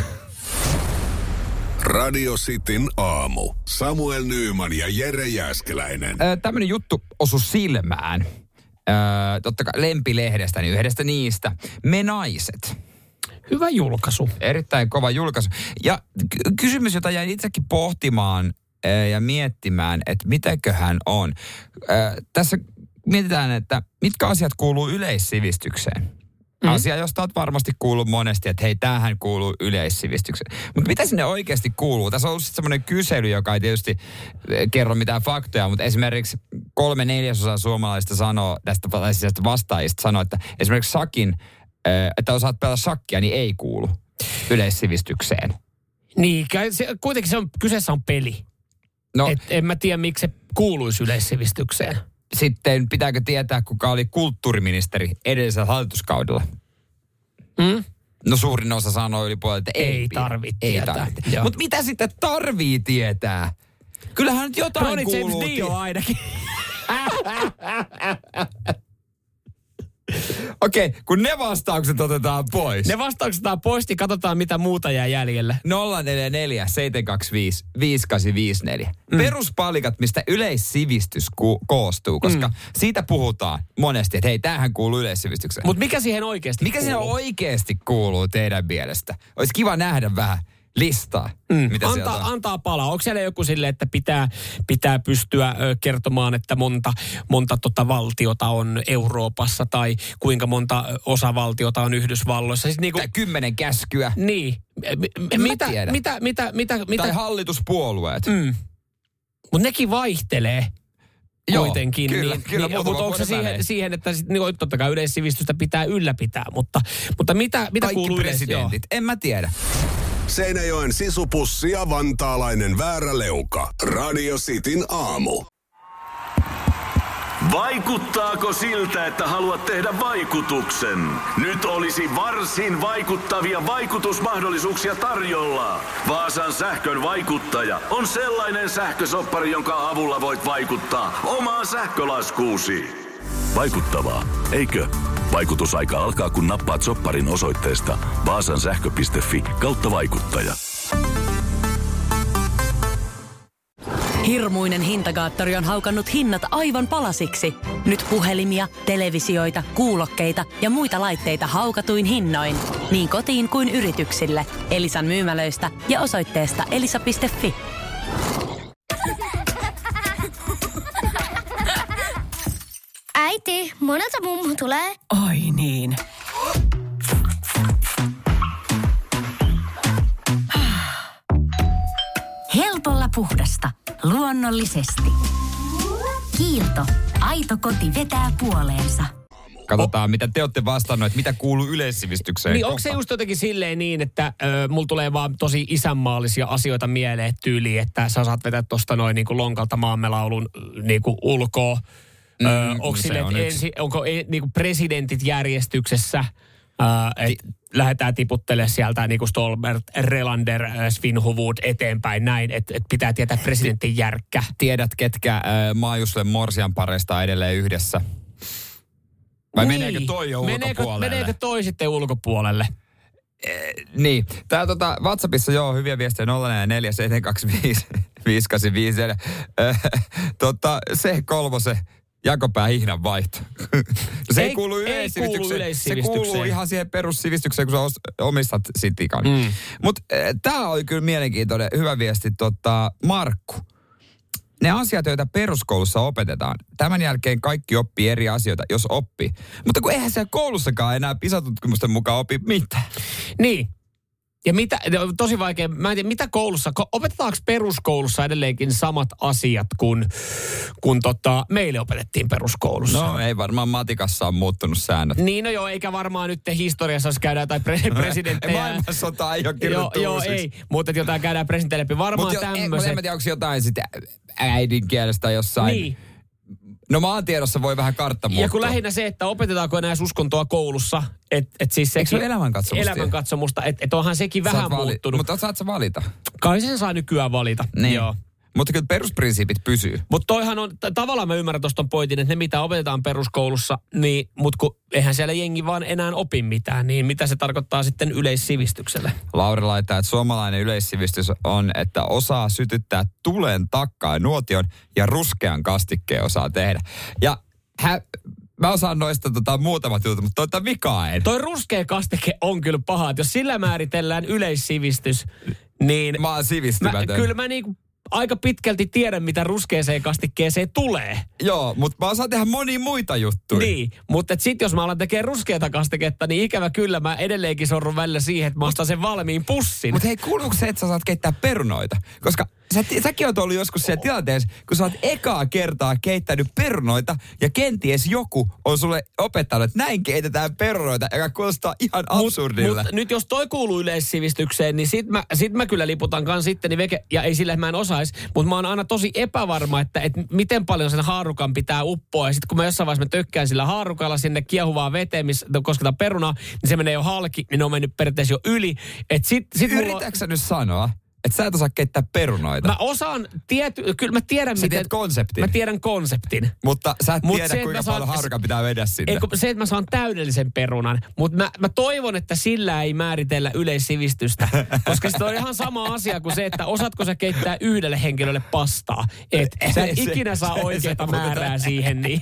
Radio Cityn aamu. Samuel Nyyman ja Jere Jääskeläinen. Öö, tämmönen juttu osui silmään. Öö, totta kai Lempilehdestä, niin yhdestä niistä. Me naiset. Hyvä julkaisu. Erittäin kova julkaisu. Ja k- kysymys, jota jäin itsekin pohtimaan öö, ja miettimään, että mitäköhän on. Öö, tässä mietitään, että mitkä asiat kuuluu yleissivistykseen. Mm. Asia, josta olet varmasti kuullut monesti, että hei, tämähän kuuluu yleissivistykseen. Mutta mitä sinne oikeasti kuuluu? Tässä on ollut semmoinen kysely, joka ei tietysti kerro mitään faktoja, mutta esimerkiksi kolme neljäsosaa suomalaisista sanoo, tästä vastaajista sanoo, että esimerkiksi sakin, että osaat pelata shakkia, niin ei kuulu yleissivistykseen. Niin, se, kuitenkin se on, kyseessä on peli. No, et en mä tiedä, miksi se kuuluisi yleissivistykseen. Sitten pitääkö tietää, kuka oli kulttuuriministeri edellisellä hallituskaudella? Mm? No suurin osa sanoi yli puolella, että ei, ei tarvitse tietää. Mutta mitä sitten tarvii tietää? Kyllähän nyt jotain Ronny kuuluu. James Dio ainakin. Okei, okay, kun ne vastaukset otetaan pois. Ne vastaukset otetaan pois, niin katsotaan mitä muuta jää jäljelle. nolla neljä neljä seitsemän kaksi viisi viisi kahdeksan viisi neljä. Mm. Peruspalikat, mistä yleissivistys ku- koostuu, koska mm. siitä puhutaan monesti, että hei, tämähän kuuluu yleissivistykseen. Mutta mikä siihen oikeasti Mikä kuuluu? siihen oikeasti kuuluu teidän mielestä? Olisi kiva nähdä vähän listaa. Mm. Antaa, antaa palaa. Onko siellä joku silleen, että pitää, pitää pystyä ö, kertomaan, että monta, monta tota valtiota on Euroopassa tai kuinka monta osavaltiota on Yhdysvalloissa? Siis niinku, tai kymmenen käskyä. Niin. En mitä, mä tiedä. Mitä, mitä, mitä, mitä? Tai hallituspuolueet. Mm. Mutta nekin vaihtelee. Joo, kuitenkin. Kyllä, niin, kyllä. Niin, mutta onko se siihen, siihen, että sit, niin, totta kai yleissivistystä pitää ylläpitää, mutta, mutta mitä, mitä kaikki kuuluu presidentit? En mä tiedä. Seinäjoen sisupussi ja vantaalainen vääräleuka. Radio Cityn aamu. Vaikuttaako siltä, että haluat tehdä vaikutuksen? Nyt olisi varsin vaikuttavia vaikutusmahdollisuuksia tarjolla. Vaasan sähkön vaikuttaja on sellainen sähkösoppari, jonka avulla voit vaikuttaa omaan sähkölaskuusi. Vaikuttavaa, eikö? Vaikutusaika alkaa, kun nappaat sopparin osoitteesta vaasansähkö piste fi kautta vaikuttaja. Hirmuinen hintakaattori on haukannut hinnat aivan palasiksi. Nyt puhelimia, televisioita, kuulokkeita ja muita laitteita haukatuin hinnoin. Niin kotiin kuin yrityksille. Elisan myymälöistä ja osoitteesta elisa piste fi. Äiti, monelta mummu tulee? Oi niin. Helpolla puhdasta. Luonnollisesti. Kiilto. Aito koti vetää puoleensa. Katsotaan, mitä te olette vastannut, että mitä kuuluu yleissivistykseen. Niin onko se just jotenkin silleen niin, että ö, mulla tulee vaan tosi isänmaallisia asioita mieleen tyyliin, että sä saat vetää tosta noin niin kuin lonkalta maammelaulun niin kuin ulkoa. Mm, Öö, onko, sille, on ensi, onko e, niinku presidentit järjestyksessä, öö, että lähdetään tiputtelemaan sieltä niinku Stolberg, Relander, äh, Svinhuvud eteenpäin näin, että et pitää tietää presidentin järkkä. Tiedät, ketkä äh, Maajusle Morsian pareista edelleen yhdessä? Vai niin. meneekö toi jo meneekö, ulkopuolelle? Meneekö toi sitten ulkopuolelle? Eh, niin. Tää tota WhatsAppissa joo, hyviä viestejä nolla neljä seitsemän kaksi viisi viisi kahdeksan viisi. Tota, se kolmose. Jakopää hihnan vaihto. Se ei, ei kuulu yleissivistykseen. Se kuuluu ihan siihen perussivistykseen, kun sä omistat sitikan. Mm. Mutta äh, tää oli kyllä mielenkiintoinen, hyvä viesti, tota, Markku. Ne asiat, joita peruskoulussa opetetaan, tämän jälkeen kaikki oppii eri asioita, jos oppii. Mutta kun eihän siellä koulussakaan enää PISA-tutkimusten mukaan opi mitään. Niin. Ja mitä, tosi vaikea, mä en tiedä, mitä koulussa, opetetaanko peruskoulussa edelleenkin samat asiat kuin, kuin tota, meille opetettiin peruskoulussa? No ei varmaan matikassa on muuttunut säännöt. Niin no joo, eikä varmaan nyt historiassa, jos käydään jotain pre- presidenttejä. Maailmansota ei ole kirjoittu Joo, joo ei, mutta jotain käydään presidenttejä läpi. Varmaan tämmöiset. Mutta en mä tiedä, onko jotain sitten äidinkielestä jossain. Niin. No maantiedossa voi vähän kartta muuttua. Ja kun lähinnä se, että opetetaanko enää uskontoa koulussa, että et siis sekin... Eikö se ole elämänkatsomusta? Elämänkatsomusta, että et onhan sekin vähän vali- muuttunut. Mutta saat sä valita? Kai sen saa nykyään valita, niin. Joo. Mutta kyllä perusprinsiipit pysyy. Mutta toihan on, tavallaan mä ymmärrän tuosta pointin, että ne mitä opetetaan peruskoulussa, niin, mutta kun eihän siellä jengi vaan enää opi mitään, niin mitä se tarkoittaa sitten yleissivistykselle? Lauri laittaa, että suomalainen yleissivistys on, että osaa sytyttää tulen takkaan nuotion ja ruskean kastikkeen osaa tehdä. Ja hä, mä osaan noista tota, muutamat jutut, mutta toita vikaa en. Toi ruskea kastike on kyllä paha, että jos sillä määritellään yleissivistys, niin... Mä oon sivistymätön. Mä, kyllä mä niinku... aika pitkälti tiedän, mitä ruskeeseen kastikkeeseen tulee. Joo, mutta mä osaan tehdä monia muita juttuja. Niin, mutta sitten jos mä alan tekemään ruskeata kastiketta, niin ikävä kyllä mä edelleenkin sorrun välillä siihen, että mä ostan sen valmiin pussin. Mutta hei, kuuluuko se, että sä saat keittää perunoita? Koska sä, säkin oot ollut joskus siellä tilanteessa, kun sä oot ekaa kertaa keittänyt perunoita ja kenties joku on sulle opettanut, että näin keitetään perunoita, joka kuulostaa ihan absurdille. Mutta nyt jos toi kuuluu yleissivistykseen, niin sit mä, sit mä kyllä liputan kans sitteni veke, ja ei sillä, että mä en osais, mutta mä oon aina tosi epävarma, että, että miten paljon sen haarukan pitää uppoa, ja sit kun mä jossain vaiheessa mä tökkään sillä haarukalla sinne kiehuvaan veteen, missä kosketaan perunaa, niin se menee jo halki, niin ne on mennyt periaatteessa jo yli. Et sit, sit Yritätkö sä nyt sanoa, että sä et osaa keittää perunoita? Mä osaan, tiety, kyllä mä tiedän, sä miten... tiedät konseptin. Mä tiedän konseptin. Mutta sä et Mut tiedä, se, kuinka saan, paljon haarukan pitää vedä sinne. Ei, se, että mä saan täydellisen perunan. Mutta mä, mä toivon, että sillä ei määritellä yleissivistystä. Koska se on ihan sama asia kuin se, että osaatko sä keittää yhdelle henkilölle pastaa. Että sä et ikinä saa oikeaa määrää siihen. Niin.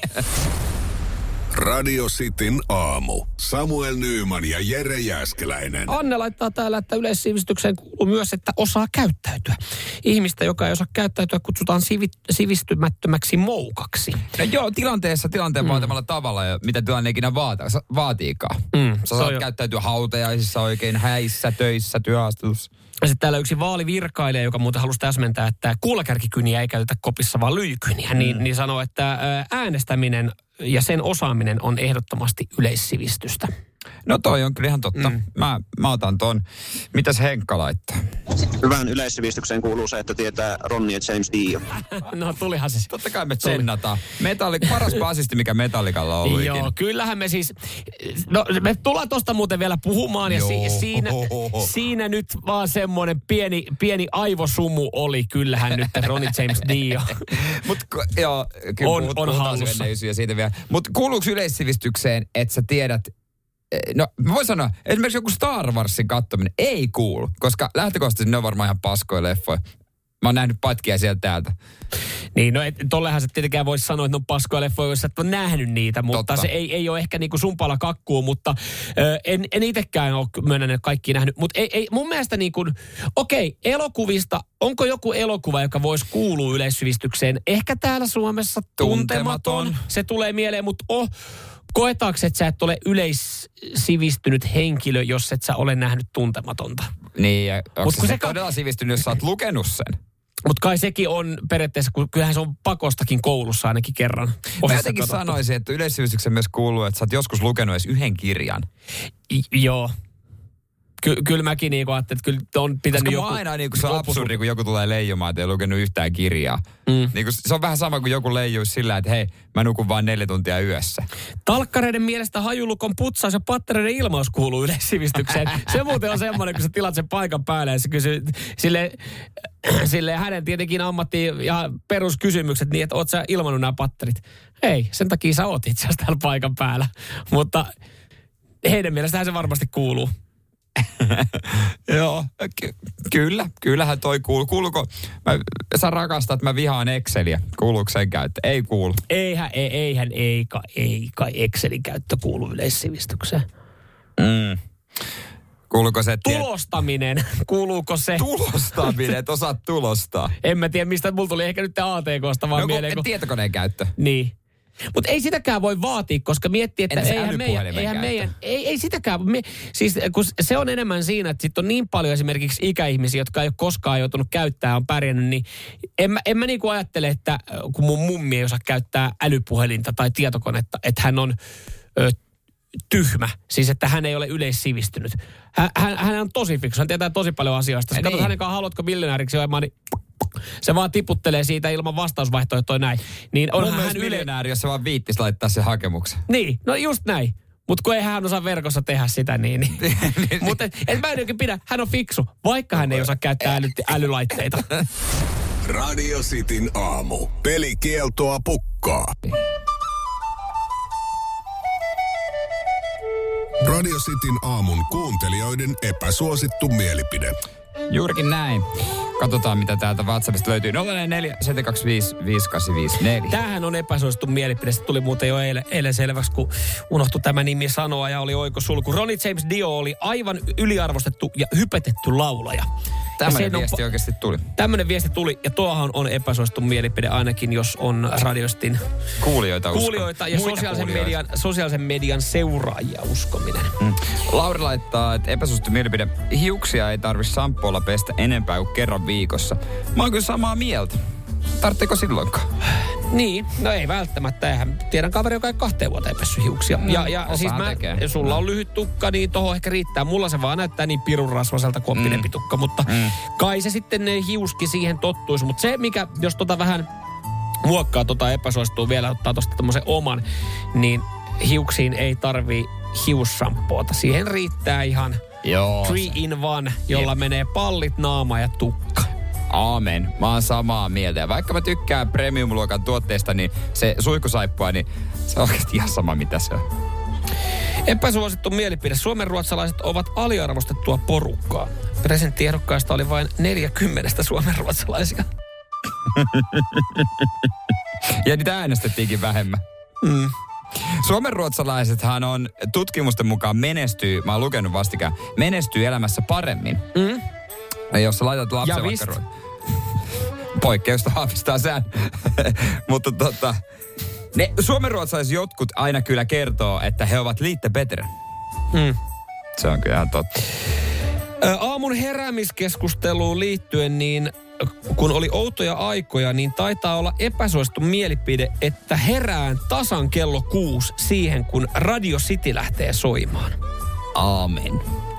Radio Cityn aamu. Samuel Nyyman ja Jere Jääskeläinen. Anne laittaa täällä, että yleissivistykseen kuuluu myös, että osaa käyttäytyä. Ihmistä, joka ei osaa käyttäytyä, kutsutaan sivi, sivistymättömäksi moukaksi. No joo, tilanteessa tilanteen mm. vaatimalla tavalla, ja mitä tilanne ikinä vaata, vaatiikaan. Mm, Sä saat jo käyttäytyä hautajaisissa oikein, häissä, töissä, työhaastattelussa. Ja sitten täällä yksi vaalivirkailija, joka muuten halusi täsmentää, että kuulakärkikyniä ei käytetä kopissa, vaan lyykyniä, mm. niin, niin sanoo, että äänestäminen ja sen osaaminen on ehdottomasti yleissivistystä. No toi on kyllä ihan totta. Mm. Mä, mä otan ton. Mitäs Henkka laittaa? Hyvään yleissivistykseen kuuluu se, että tietää Ronny ja James Dio. No tulihan se. Totta kai me tsennataan. Metalli, paras basisti, mikä Metallicalla on ollut Joo, ikinä. kyllähän me siis... No me tullaan tosta muuten vielä puhumaan ja si, siinä, siinä nyt vaan semmoinen pieni, pieni aivosumu oli kyllähän nyt Ronny James Dio. Mut joo, kyllä on, puhut, on hallussa. Siitä vielä. Mut kuuluuko yleissivistykseen, että sä tiedät... No, mä voin sanoa, esimerkiksi joku Star Warsin katsominen ei kuulu, koska lähtökohtaisesti ne on varmaan ihan paskoja leffoja. Mä oon nähnyt pätkiä sieltä täältä. Niin, no et, tollehan sä tietenkään voisi sanoa, että ne on paskoja leffoja, jos sä et ole nähnyt niitä, mutta Totta. se ei, ei ole ehkä niinku sun pala kakkuu, mutta ö, en, en itsekään ole myönnän kaikki nähnyt. Mutta ei, ei, mun mielestä niin kuin, okei, elokuvista, onko joku elokuva, joka voisi kuulua yleissivistykseen? Ehkä täällä Suomessa Tuntematon. Tuntematon. Se tulee mieleen, mutta oh, koetaanko, että sä et ole yleissivistynyt henkilö, jos et sä ole nähnyt Tuntematonta? Niin, ja onko se, se ka- todella sivistynyt, jos sä oot lukenut sen? Mutta kai sekin on periaatteessa, kun kyllähän se on pakostakin koulussa ainakin kerran. Mä jotenkin katsottu. Sanoisin, että yleissivistyksen myös kuuluu, että sä oot joskus lukenut edes yhden kirjan. I, joo. Ky- kyllä mäkin niinku ajattelin, että kyllä on pitänyt Koska joku... Koska aina niinku se on absurdi, kun joku tulee leijumaan, että ei lukenut yhtään kirjaa. Mm. Niinku se on vähän sama kuin joku leijuisi sillä, että hei, mä nukun vain neljä tuntia yössä. Talkkareiden mielestä hajulukon putsaus ja pattereiden ilmaus kuuluu yleissivistykseen. Se muuten on semmoinen, kun sä tilat sen paikan päälle ja sä kysyy sille, sille hänen tietenkin ammatti- ja peruskysymykset niin, että oot sä ilmannut nämä patterit. Ei, sen takia sä oot itse asiassa täällä paikan päällä. Mutta heidän mielestään se varmasti kuuluu. Joo, ky- kyllä, kyllähän toi kuuluu. Kuuluuko, mä, sä rakastat, mä vihaan Exceliä. Kuuluuko sen käyttö? Ei kuulu. Eihän, ei, eihän, eikä, eikä Excelin käyttö kuulu yleissivistykseen. Mm. Kuuluuko se? Tulostaminen, kuuluuko se? Tulostaminen, että osaat tulostaa. En mä tiedä, mistä mulla tuli ehkä nyt A T K:sta vaan no, mieleen. Kun... tietokoneen käyttö. Niin. Mutta ei sitäkään voi vaatia, koska miettii, että eihän meidän, eihän meidän, ei, ei sitäkään, me, siis kun se on enemmän siinä, että sit on niin paljon esimerkiksi ikäihmisiä, jotka ei ole koskaan joutunut käyttämään, on pärjännyt, niin en mä, en mä niin kuin ajattele, että kun mun mummi ei osaa käyttää älypuhelinta tai tietokonetta, että hän on ö, tyhmä, siis että hän ei ole yleissivistynyt. Hän, hän, hän on tosi fiksu, hän tietää tosi paljon asioista. Sä katsot hänen kanssa, haluatko miljonääriksi olemaan, niin se vaan tiputtelee siitä ilman vastausvaihtoehtoja näin. Niin mun mielestä yle... miljonääri, jos se vaan viittisi laittaa sen hakemuksen. Niin, no just näin. Mutta kun ei hän osaa verkossa tehdä sitä niin. niin. Mutta et, et mä en oikein pidä, hän on fiksu, vaikka hän ei osaa käyttää äly, älylaitteita. Radio Cityn aamu. Pelikieltoa pukkaa. Radio Cityn aamun kuuntelijoiden epäsuosittu mielipide. Juurikin näin. Katsotaan, mitä täältä WhatsAppista löytyy. nolla neljä neljä seitsemän kaksi viisi viisi kahdeksan viisi neljä. Tämähän on epäsuosittu mielipide. Se tuli muuten jo eilen, eilen selväksi, kun unohtui tämä nimi sanoa ja oli oikosulku. Ronnie James Dio oli aivan yliarvostettu ja hypetetty laulaja. Tämmöinen viesti on, oikeasti tuli. Tämmöinen viesti tuli, ja tuohan on epäsuosittu mielipide ainakin, jos on radiostin kuulijoita, kuulijoita ja sosiaalisen median, sosiaalisen median seuraajia uskominen. Mm. Lauri laittaa, että epäsuosittu mielipide, hiuksia ei tarvitse shampoolla pestä enempää kuin kerran viikossa. Mä oon kyllä samaa mieltä. Tarvitseeko silloinkaan? Niin, no ei välttämättä. Eihän tiedän kaveri, joka ei kahteen vuoteen pessy hiuksia. Mm, ja ja siis mä, sulla on lyhyt tukka, niin tohon ehkä riittää. Mulla se vaan näyttää niin pirun rasvaselta kuin mm. pidempi tukka, mutta mm. kai se sitten ne hiuski siihen tottuisi. Mutta se, mikä, jos tota vähän muokkaa tota epäsuosittua vielä, ottaa tosta tommosen oman, niin hiuksiin ei tarvii hiusshampoota. Siihen riittää ihan Joo, three in one, jolla Jep. menee pallit, naama ja tukka. Aamen. Mä oon samaa mieltä. Ja vaikka mä tykkään premium-luokan tuotteista, niin se suihkusaippua, niin se on oikeasti ihan sama, mitä se on. Epäsuosittu mielipide. Suomenruotsalaiset ovat aliarvostettua porukkaa. Presidenttiehdokkaista oli vain neljäkymmentä suomenruotsalaisia. Ja niitä äänestettiinkin vähemmän. Mm. Suomenruotsalaisethan on tutkimusten mukaan menestyy, mä oon lukenut vastikään, menestyy elämässä paremmin. Mm. Ja jos sä laitat lapsen vaikka ruoan. Poikkeusta haavistaa sään. Mutta tota, ne suomenruotsalaiset jotkut aina kyllä kertoo, että he ovat liitte better. Mm. Se on kyllä ihan totta. Ä, aamun heräämiskeskusteluun liittyen, niin kun oli outoja aikoja, niin taitaa olla epäsuosittu mielipide, että herään tasan kello kuusi siihen, kun Radio City lähtee soimaan. Aamen.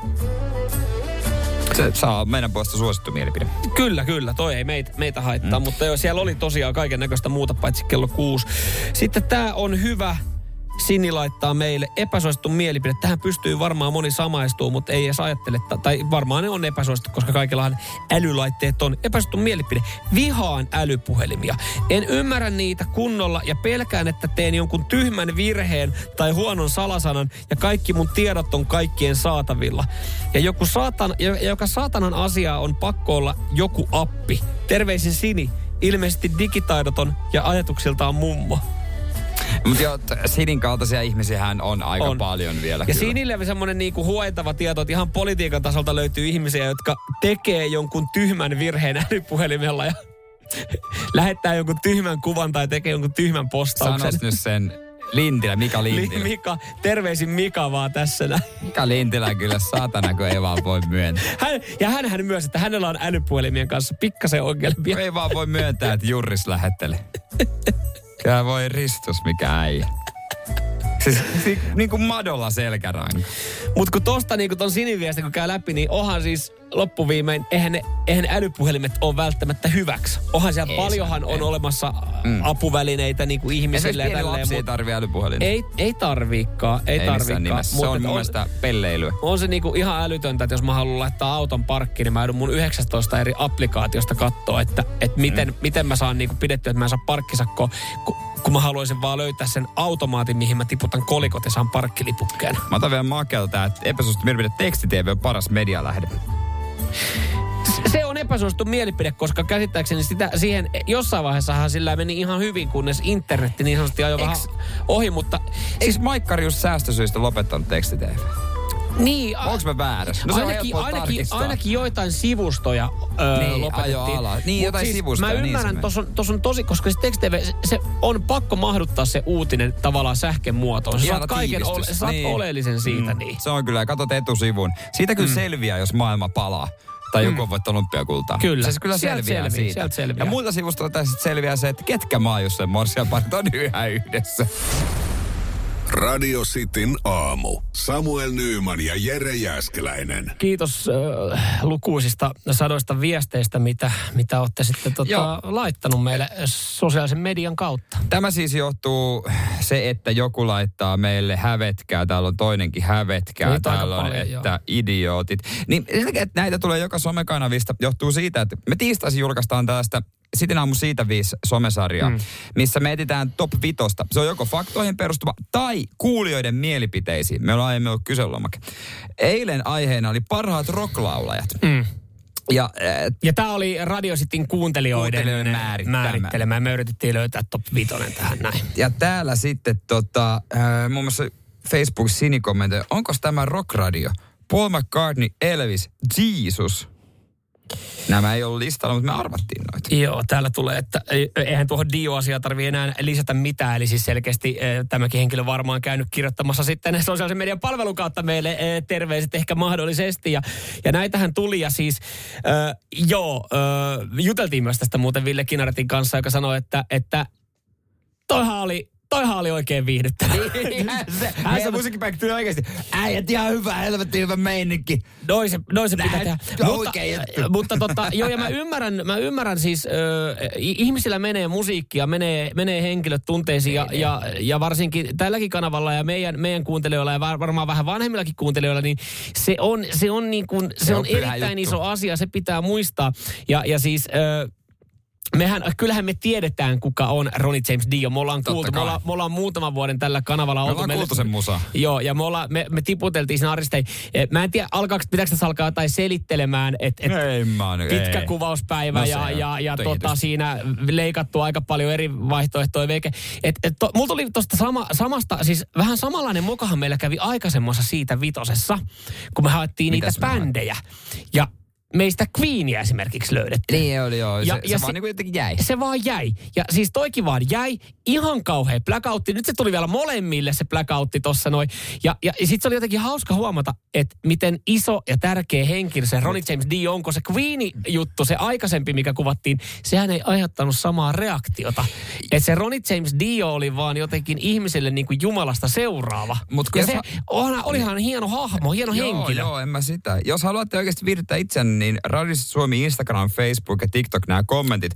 Se saa meidän puolesta suosittu mielipide. Kyllä, kyllä. Toi ei meitä, meitä haittaa, mm. mutta jo, siellä oli tosiaan kaiken näköistä muuta paitsi kello kuusi. Sitten tää on hyvä. Sini laittaa meille epäsuosittu mielipide. Tähän pystyy varmaan moni samaistuu, mutta ei edes ajattele, tai varmaan ne on epäsuosittu, koska kaikillahan älylaitteet on epäsuosittu mielipide. Vihaan älypuhelimia. En ymmärrä niitä kunnolla ja pelkään, että teen jonkun tyhmän virheen tai huonon salasanan ja kaikki mun tiedot on kaikkien saatavilla. Ja joku saatan, joka saatanan asia on pakko olla joku appi. Terveisin Sini, ilmeisesti digitaidoton ja ajatuksiltaan mummo. Mutta joo, Sinin kaltaisia ihmisiähän on aika on. paljon vielä. Ja kyllä. Sinille semmoinen niinku huoentava tieto, että ihan politiikan tasolta löytyy ihmisiä, jotka tekee jonkun tyhmän virheen älypuhelimella ja lähettää jonkun tyhmän kuvan tai tekee jonkun tyhmän postauksen. Sanois nyt sen Lintilä, Mika Lintilä. Mika, terveisin Mika vaan tässä näin. Mika Lintilä kyllä saatana, kun ei vaan voi myöntää. Hän, ja hänhän myös, että hänellä on älypuhelimien kanssa pikkasen ongelmia. Ei vaan voi myöntää, että Jurris lähettelee. Kyllä voi ristus, mikä äijä. Siis niin kuin madolla selkäranka. Mutta kun tosta niin kuin ton siniviesti kun käy läpi, niin onhan siis loppuviimein, eihän ne, eihän ne älypuhelimet ole välttämättä hyväksi. Onhan siellä ei paljonhan on, on olemassa mm. apuvälineitä niin kuin ihmisille. Ja pieni lapsi ei tarvii älypuhelin. Ei, ei tarviikaan, ei, ei tarviikaan. Se on mun mielestä pelleilyä. On se niinku ihan älytöntä, että jos mä haluan laittaa auton parkkiin, niin mä joudun mun yhdeksäntoista eri applikaatiosta katsoa, että, että miten, mm. miten mä saan niinku pidettyä, että mä en saa parkkisakkoa, kun, kun mä haluaisin vaan löytää sen automaatin, mihin mä tiputan kolikot ja saan parkkilipukkeen. Mä otan vielä makealta, että epäsuosittu mielipide teksti-T V on paras medialähde. Se on epäsuosittu mielipide, koska käsittääkseni sitä, siihen jossain vaiheessahan sillä meni ihan hyvin, kunnes internetti niin sanotusti ajoi vähän ohi, mutta... Eikö Maikkari just säästösyistä lopettanut teksti-T V? Niin. Onko mä väärässä? No ainakin, ainakin, ainakin joitain sivustoja öö, niin, lopetettiin. Ajo ala. Niin, jotain siis sivustoja. Mä ymmärrän, niin tuossa on, on tosi, koska se teksti-T V, se on pakko mahduttaa se uutinen tavallaan sähkön muotoon. Sä saat kaiken ole, saat niin. oleellisen siitä. Mm. Niin. Se on kyllä, katsot etusivun. Siitä kyllä mm. selviää, jos maailma palaa. Tai joku on voittanut olympiakultaa. Kyllä. Se kyllä sieltä selviää selviää, siitä. Selviää. Ja muilta sivustoilta sitten selviää se, että ketkä Maajussen morsianparit on yhä yhdessä. Radio Cityn aamu. Samuel Nyyman ja Jere Jääskeläinen. Kiitos äh, lukuisista sadoista viesteistä, mitä, mitä olette sitten tota, laittanut meille sosiaalisen median kautta. Tämä siis johtuu se, että joku laittaa meille hävetkää. Täällä on toinenkin hävetkää. Niitä täällä on, paljon, että joo. Idiootit. Niin että näitä tulee joka somekanavista, johtuu siitä, että me tiistaisin julkaistaan tällaista Sitin aamu siitä viisi somesarjaa, mm. missä me etsitään top vitosta. Se on joko faktoihin perustuva tai kuulijoiden mielipiteisiin. Meillä on aiemmin ollut kyselylomake. Eilen aiheena oli parhaat rocklaulajat. Mm. Ja, äh, ja tämä oli Radio Cityn kuuntelijoiden, kuuntelijoiden määrittelemä. määrittelemä. Me yritettiin löytää top vitonen tähän näin. Ja täällä sitten tota, äh, muun muassa Facebook Sini kommentoi, onko tämä Rockradio? Paul McCartney, Elvis, Jesus. Nämä ei ollut listalla, mutta me arvattiin noita. Joo, täällä tulee, että eihän tuohon Dio-asiaan tarvitse enää lisätä mitään. Eli siis selkeästi tämäkin henkilö varmaan käynyt kirjoittamassa sitten sosiaalisen median palvelun kautta meille terveiset ehkä mahdollisesti. Ja, ja näitähän tuli ja siis, äh, joo, äh, juteltiin myös tästä muuten Ville Kinaretin kanssa, joka sanoi, että, että toihan oli... Toihan oli oikein viihdyttävä. se, hän se musiikkipäikki tuli oikeasti. Äijät ihan hyvä, helvetti hyvä meininki. Noin se, noin se pitää tehdä. Mutta, juttu. mutta tota, joo, ja mä ymmärrän, mä ymmärrän siis, äh, ihmisillä menee musiikkia, menee, menee henkilöt tunteisiin ja, ja, ja varsinkin tälläkin kanavalla ja meidän, meidän kuuntelijoilla ja varmaan vähän vanhemmillakin kuuntelijoilla, niin se on, se on, niin kuin, se, se on, on erittäin juttu. Iso asia, se pitää muistaa. Ja, ja siis... Äh, Mehän, kyllähän me tiedetään, kuka on Ronnie James Dio. Me ollaan kuultu, me ollaan, me ollaan muutaman vuoden tällä kanavalla oltu. Me ollaan kuultu sen musa. Joo, ja me, ollaan, me, me tiputeltiin siinä aristei. Mä en tiedä, alkaako, pitääkö tässä alkaa jotain selittelemään, että et pitkä ei. kuvauspäivä no, ja, ja, ja tota, siinä leikattu aika paljon eri vaihtoehtoja. Et, et, to, mulla tuli tuosta sama, samasta, siis vähän samanlainen mokahan meillä kävi aikaisemmassa siitä vitosessa, kun me haettiin Mitäs niitä bändejä. Ja meistä Queenia esimerkiksi löydettiin. Niin oli joo, se, ja, se ja vaan se, niin kuin jotenkin jäi. Se vaan jäi. Ja siis toikin vaan jäi. Ihan kauhea blackoutti. Nyt se tuli vielä molemmille se blackoutti tossa noin. Ja, ja, ja sit se oli jotenkin hauska huomata, että miten iso ja tärkeä henkilö se Ronnie James Dio on, kun se Queenie-juttu, se aikaisempi, mikä kuvattiin, sehän ei aiheuttanut samaa reaktiota. Että se Ronnie James Dio oli vaan jotenkin ihmiselle niin kuin Jumalasta seuraava. Mut ja se, ha- onhan, olihan hieno hahmo, hieno joo, henkilö. Joo, en mä sitä. Jos haluatte oikeasti viihdyttää itseänne, niin Radio Suomi, Instagram, Facebook ja TikTok, nämä kommentit.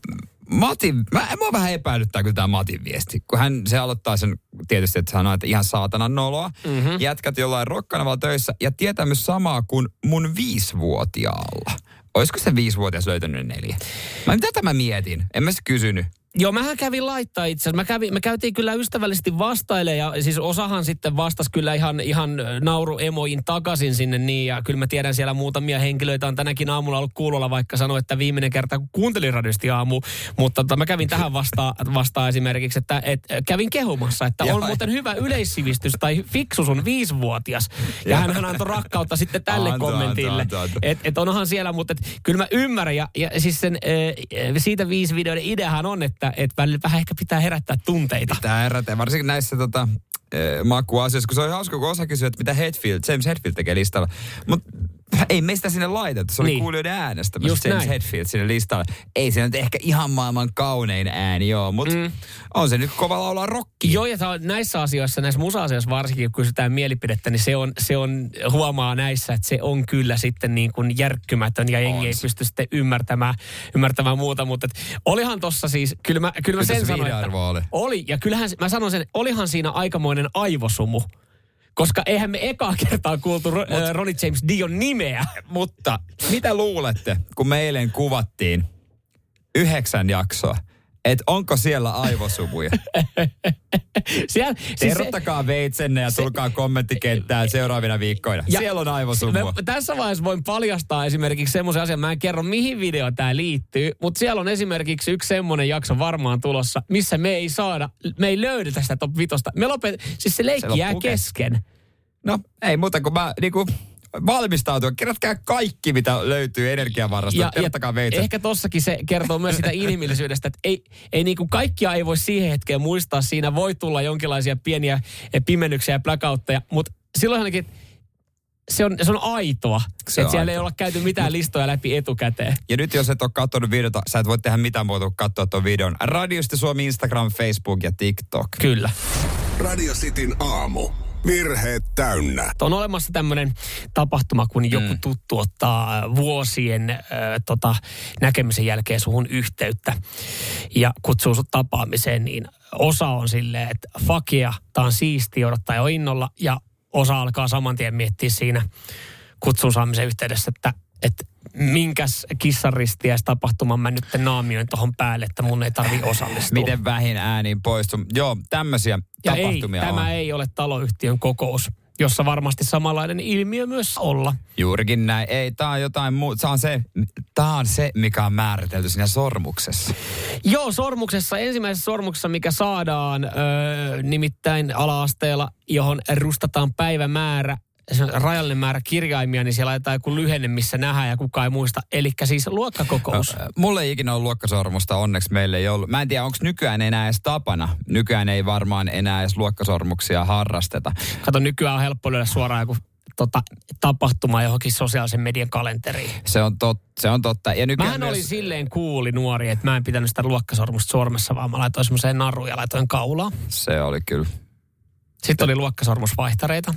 Matin, mä, mä vähän epäilyttää kyllä tämä Matin viesti, kun hän se aloittaa sen tietysti, että sanoo, että ihan saatana noloa. Mm-hmm. Jätkät jollain rock-kanavalla töissä ja tietää myös samaa kuin mun viisivuotiaalla. Olisiko se viisivuotias löytänyt neljä? Mä mitä tämä mietin? En mä sitä kysynyt. Joo, mähän kävin laittaa itse asiassa. Mä kävin, me käytiin kyllä ystävällisesti vastaille ja siis osahan sitten vastasi kyllä ihan, ihan nauruemoin takaisin sinne niin. Ja kyllä mä tiedän siellä muutamia henkilöitä on tänäkin aamulla ollut kuulolla, vaikka sanoi, että viimeinen kerta kun kuuntelin radiosti aamu. Mutta tota, mä kävin tähän vastaan vasta esimerkiksi, että et, kävin kehumassa, että on muuten hyvä yleissivistys tai fiksu sun viisivuotias. Ja hän antoi rakkautta sitten tälle anto, kommentille. Että et onhan siellä, mutta et, kyllä mä ymmärrän. Ja, ja siis sen, e, siitä viisi videoiden ideahan on, että että et välillä vähän ehkä pitää herättää tunteita. Pitää herätä, varsinkin näissä tota, eh, makuasioissa, kun se oli hauska, kun osa kysyä, että mitä Hetfield, James Hetfield tekee listalla. Mutta ei meistä sinne laitettu. Se oli niin. Kuulijoiden äänestämässä James näin. Hetfield sinne listalle. Ei se nyt ehkä ihan maailman kaunein ääni, joo, mutta mm. on se nyt kova laulaa rockia. Joo, ja näissä asioissa, näissä musa-asioissa varsinkin, kun kysytään mielipidettä, niin se on, se on, huomaa näissä, että se on kyllä sitten niin kuin järkkymätön ja jengi ei pysty sitten ymmärtämään, ymmärtämään muuta, mutta et, olihan tossa siis, kyllä mä, kyllä mä sen sanoin, että oli. oli, ja kyllähän, mä sanon sen, olihan siinä aikamoinen aivosumu. Koska eihän me ekaa kertaa kuultu Mut, Ronnie James Dion nimeä. Mutta mitä luulette, kun me eilen kuvattiin yhdeksän jaksoa, että onko siellä aivosumuja? Siellä, Terrottakaa siis veitsenne ja tulkaa se, kommenttikenttään seuraavina viikkoina. Ja siellä on aivosumua. Me, tässä vaiheessa voin paljastaa esimerkiksi semmoisen asian, mä en kerro mihin video tämä liittyy, mutta siellä on esimerkiksi yksi semmoinen jakso varmaan tulossa, missä me ei saada, me ei löydetä sitä top vitosta. Me lopet, siis se leikki se jää kesken. No ei muuta kuin mä niinku valmistautua. Kerätkää kaikki, mitä löytyy energiavarasta. Ja, ja ehkä tossakin se kertoo myös sitä inhimillisyydestä, että ei, ei niinku kaikkia ei voi siihen hetkeen muistaa. Siinä voi tulla jonkinlaisia pieniä pimennyksiä ja blackoutteja, mutta silloin ainakin se on, se on aitoa. Se että siellä aito. Ei olla käyty mitään listoja läpi etukäteen. Ja nyt jos et ole katsonut videota, sä et voi tehdä mitään muuta kuin katsoa tuon videon. Radiosti Suomi, Instagram, Facebook ja TikTok. Kyllä. Radio Cityn aamu. Virheet täynnä. On olemassa tämmöinen tapahtuma, kun joku mm. tuttu ottaa vuosien äh, tota, näkemisen jälkeen suhun yhteyttä ja kutsuu sut tapaamiseen, niin osa on silleen, että fuck yeah, tää on siistiä, odottaa jo innolla, ja osa alkaa saman tien miettiä siinä kutsun saamisen yhteydessä, että, että minkäs kissaristiäistapahtuman mä nyt naamioin tohon päälle, että mun ei tarvi osallistua. Miten vähin ääniin poistu. Joo, tämmöisiä ja tapahtumia ei, on. Tämä ei ole taloyhtiön kokous. jossa varmasti samanlainen ilmiö myös olla. Juurikin näin. Ei, tää on jotain muuta. Tää on se, tää on se, mikä on määritelty siinä sormuksessa. Joo, sormuksessa, ensimmäisessä sormuksessa, mikä saadaan öö, nimittäin ala-asteella, johon rustataan päivämäärä, se on rajallinen määrä kirjaimia, niin siellä laitetaan joku lyhenne, missä nähdään ja kukaan ei muista. Elikkä siis luokkakokous. No, mulla ei ikinä ollut luokkasormusta, onneksi meillä ei ollut. Mä en tiedä, onko nykyään enää edes tapana. Nykyään ei varmaan enää edes luokkasormuksia harrasteta. Kato, nykyään on helppo lyödä suoraan joku tota, tapahtuma johonkin sosiaalisen median kalenteriin. Se on, tot, se on totta. Ja Mähän myös olin silleen kuuli nuori, että mä en pitänyt sitä luokkasormusta sormessa, vaan mä laitoin semmoiseen naruun ja laitoin kaulaa. Se oli kyllä. Sitten oli luokkasormusvaihtareita.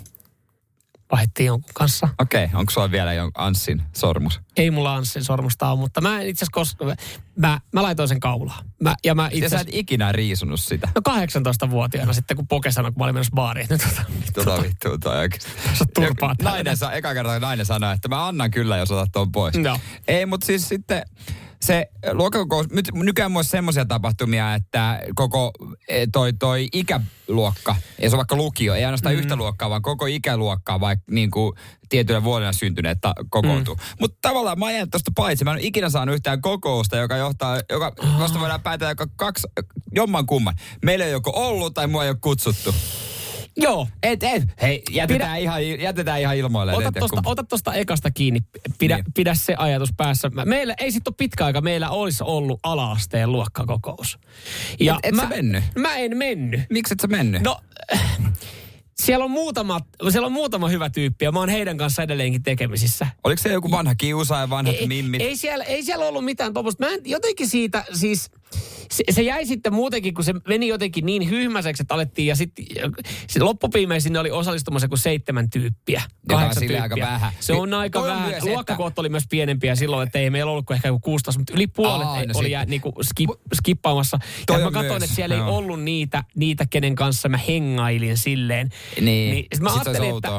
Vaihdettiin jonkun kanssa. Okei, okay. Onko sulla vielä jonkun Anssin sormus? Ei mulla Anssin sormusta ole, mutta mä itse asiassa kos- mä, mä laitoin sen kaulaan. Mä, ja mä itse ja sä et ikinä riisunut sitä? No kahdeksantoista-vuotiaana sitten, kun Poke sanoi, kun mä olin menossa baariin. Nyt tota, tota vittua toi oikeesti. Sä turpaa nainen sa, eka kerta nainen sanoi, että mä annan kyllä, jos otat tuon pois. No. Ei, mutta siis sitten se luokkakokous, nyt nykyään myös semmoisia tapahtumia, että koko toi, toi ikäluokka, ei se ole vaikka lukio, ei ainoastaan mm. yhtä luokkaa, vaan koko ikäluokkaa, vaikka niin kuin tietyllä vuodella syntyneet ta- kokoontuu. Mm. Mutta tavallaan mä ajan tuosta paitsi, mä en ole ikinä saanut yhtään kokousta, joka johtaa, joka vasta voidaan päätellä joka kaksi, jomman kumman. Meillä ei joko ollut tai mua ei ole kutsuttu. Joo. Et, et. Hei, jätetään, ihan, jätetään ihan ilmoille. Ota tosta, ota tosta ekasta kiinni. Pidä, niin. pidä se ajatus päässä. Meillä ei sitten ole pitkä aika. Meillä olisi ollut ala-asteen luokkakokous. Ja et, et mä, sä mennyt? Mä en mennyt. Miksi et sä mennyt? No, siellä on muutama, siellä on muutama hyvä tyyppi ja mä oon heidän kanssa edelleenkin tekemisissä. Oliko se joku vanha kiusaaja, vanhat ei, mimmit? Ei siellä, ei siellä ollut mitään tuommoista. Mä en jotenkin siitä siis... Se, se jäi sitten muutenkin, kun se meni jotenkin niin hyhmäiseksi, että alettiin ja sitten sit loppupiimeen sinne oli osallistumassa kuin seitsemän tyyppiä. Kahdeksan tyyppiä. Aika vähän. Se on aika Toi vähän. On luokkakoot että... oli myös pienempiä silloin, että ei meillä ollut kuin ehkä joku kuusitoista, mutta yli puolet Aa, no oli jää niinku skip, skippaamassa. Ja mä katsoin, että siellä no. ei ollut niitä, niitä, kenen kanssa mä hengailin silleen. Niin, niin mä ajattelin, että...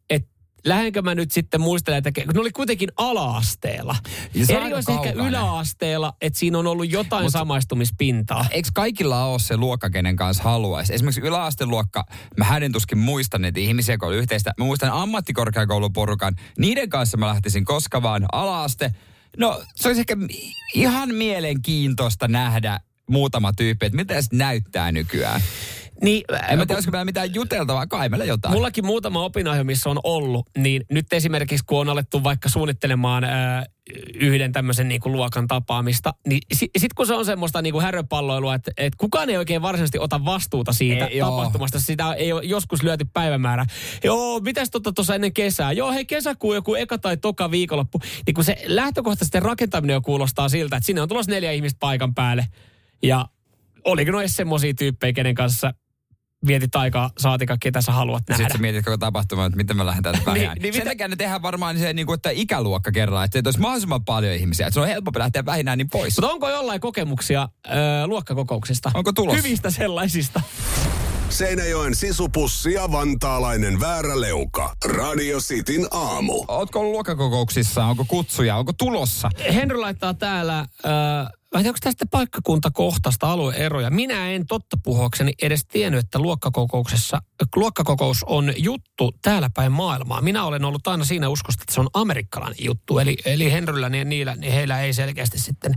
Lähdenkö mä nyt sitten muistelemaan, että ne oli kuitenkin ala-asteella. Eri olisi ehkä yläasteella, että siinä on ollut jotain Mut, samaistumispintaa. Eikö kaikilla ole se luokka, kenen kanssa haluaisi? Esimerkiksi yläasteluokka, mä hädintuskin muistan niitä ihmisiä, kun oli yhteistä. Mä muistan ammattikorkeakouluporukan, niiden kanssa mä lähtisin koska vaan ala-aste. No se olisi ehkä ihan mielenkiintoista nähdä muutama tyyppi, että miltä se näyttää nykyään. Niin, en mä tiedä, olisiko meillä mitään juteltavaa, kai meillä jotain. Mullakin muutama opinahjo, missä on ollut, niin nyt esimerkiksi kun on alettu vaikka suunnittelemaan ää, yhden tämmöisen niin kuin luokan tapaamista, niin sitten sit kun se on semmoista niin kuin häröpalloilua, että et kukaan ei oikein varsinaisesti ota vastuuta siitä ei, tapahtumasta, joo. Sitä ei ole joskus lyöty päivämäärä. Joo, mitäs tuossa tota ennen kesää? Joo, hei kesäkuu joku eka tai toka viikonloppu. Niin kun se lähtökohtaisesti rakentaminen jo kuulostaa siltä, että sinne on tulossa neljä ihmistä paikan päälle. Ja oliko no edes semmoisia tyyppejä, kenen kanssa vietit aikaa, saatika, ketä sä haluat nähdä. Sitten sä mietit koko tapahtumaa, että miten me lähdetään tästä vähään. niin, niin Sen takia ne tehdään varmaan se, niin kuin, että ikäluokka kerrallaan, että olisi mahdollisimman paljon ihmisiä. Että se on helpompi lähteä vähinään niin pois. Mutta onko jollain kokemuksia äh, luokkakokouksista? Onko tulossa? Hyvistä sellaisista. Seinäjoen sisupussi ja vantaalainen vääräleuka. Radio Cityn aamu. Ootko ollut luokkakokouksissa? Onko kutsuja? Onko tulossa? Henry laittaa täällä... Äh, Vai onko tästä paikkakuntakohtaista alueeroja? Minä en totta puhuakseni edes tiennyt, että luokkakokouksessa, luokkakokous on juttu täällä päin maailmaa. Minä olen ollut aina siinä uskosta, että se on amerikkalainen juttu. Eli, eli Henryllä niin niillä, niin heillä ei selkeästi sitten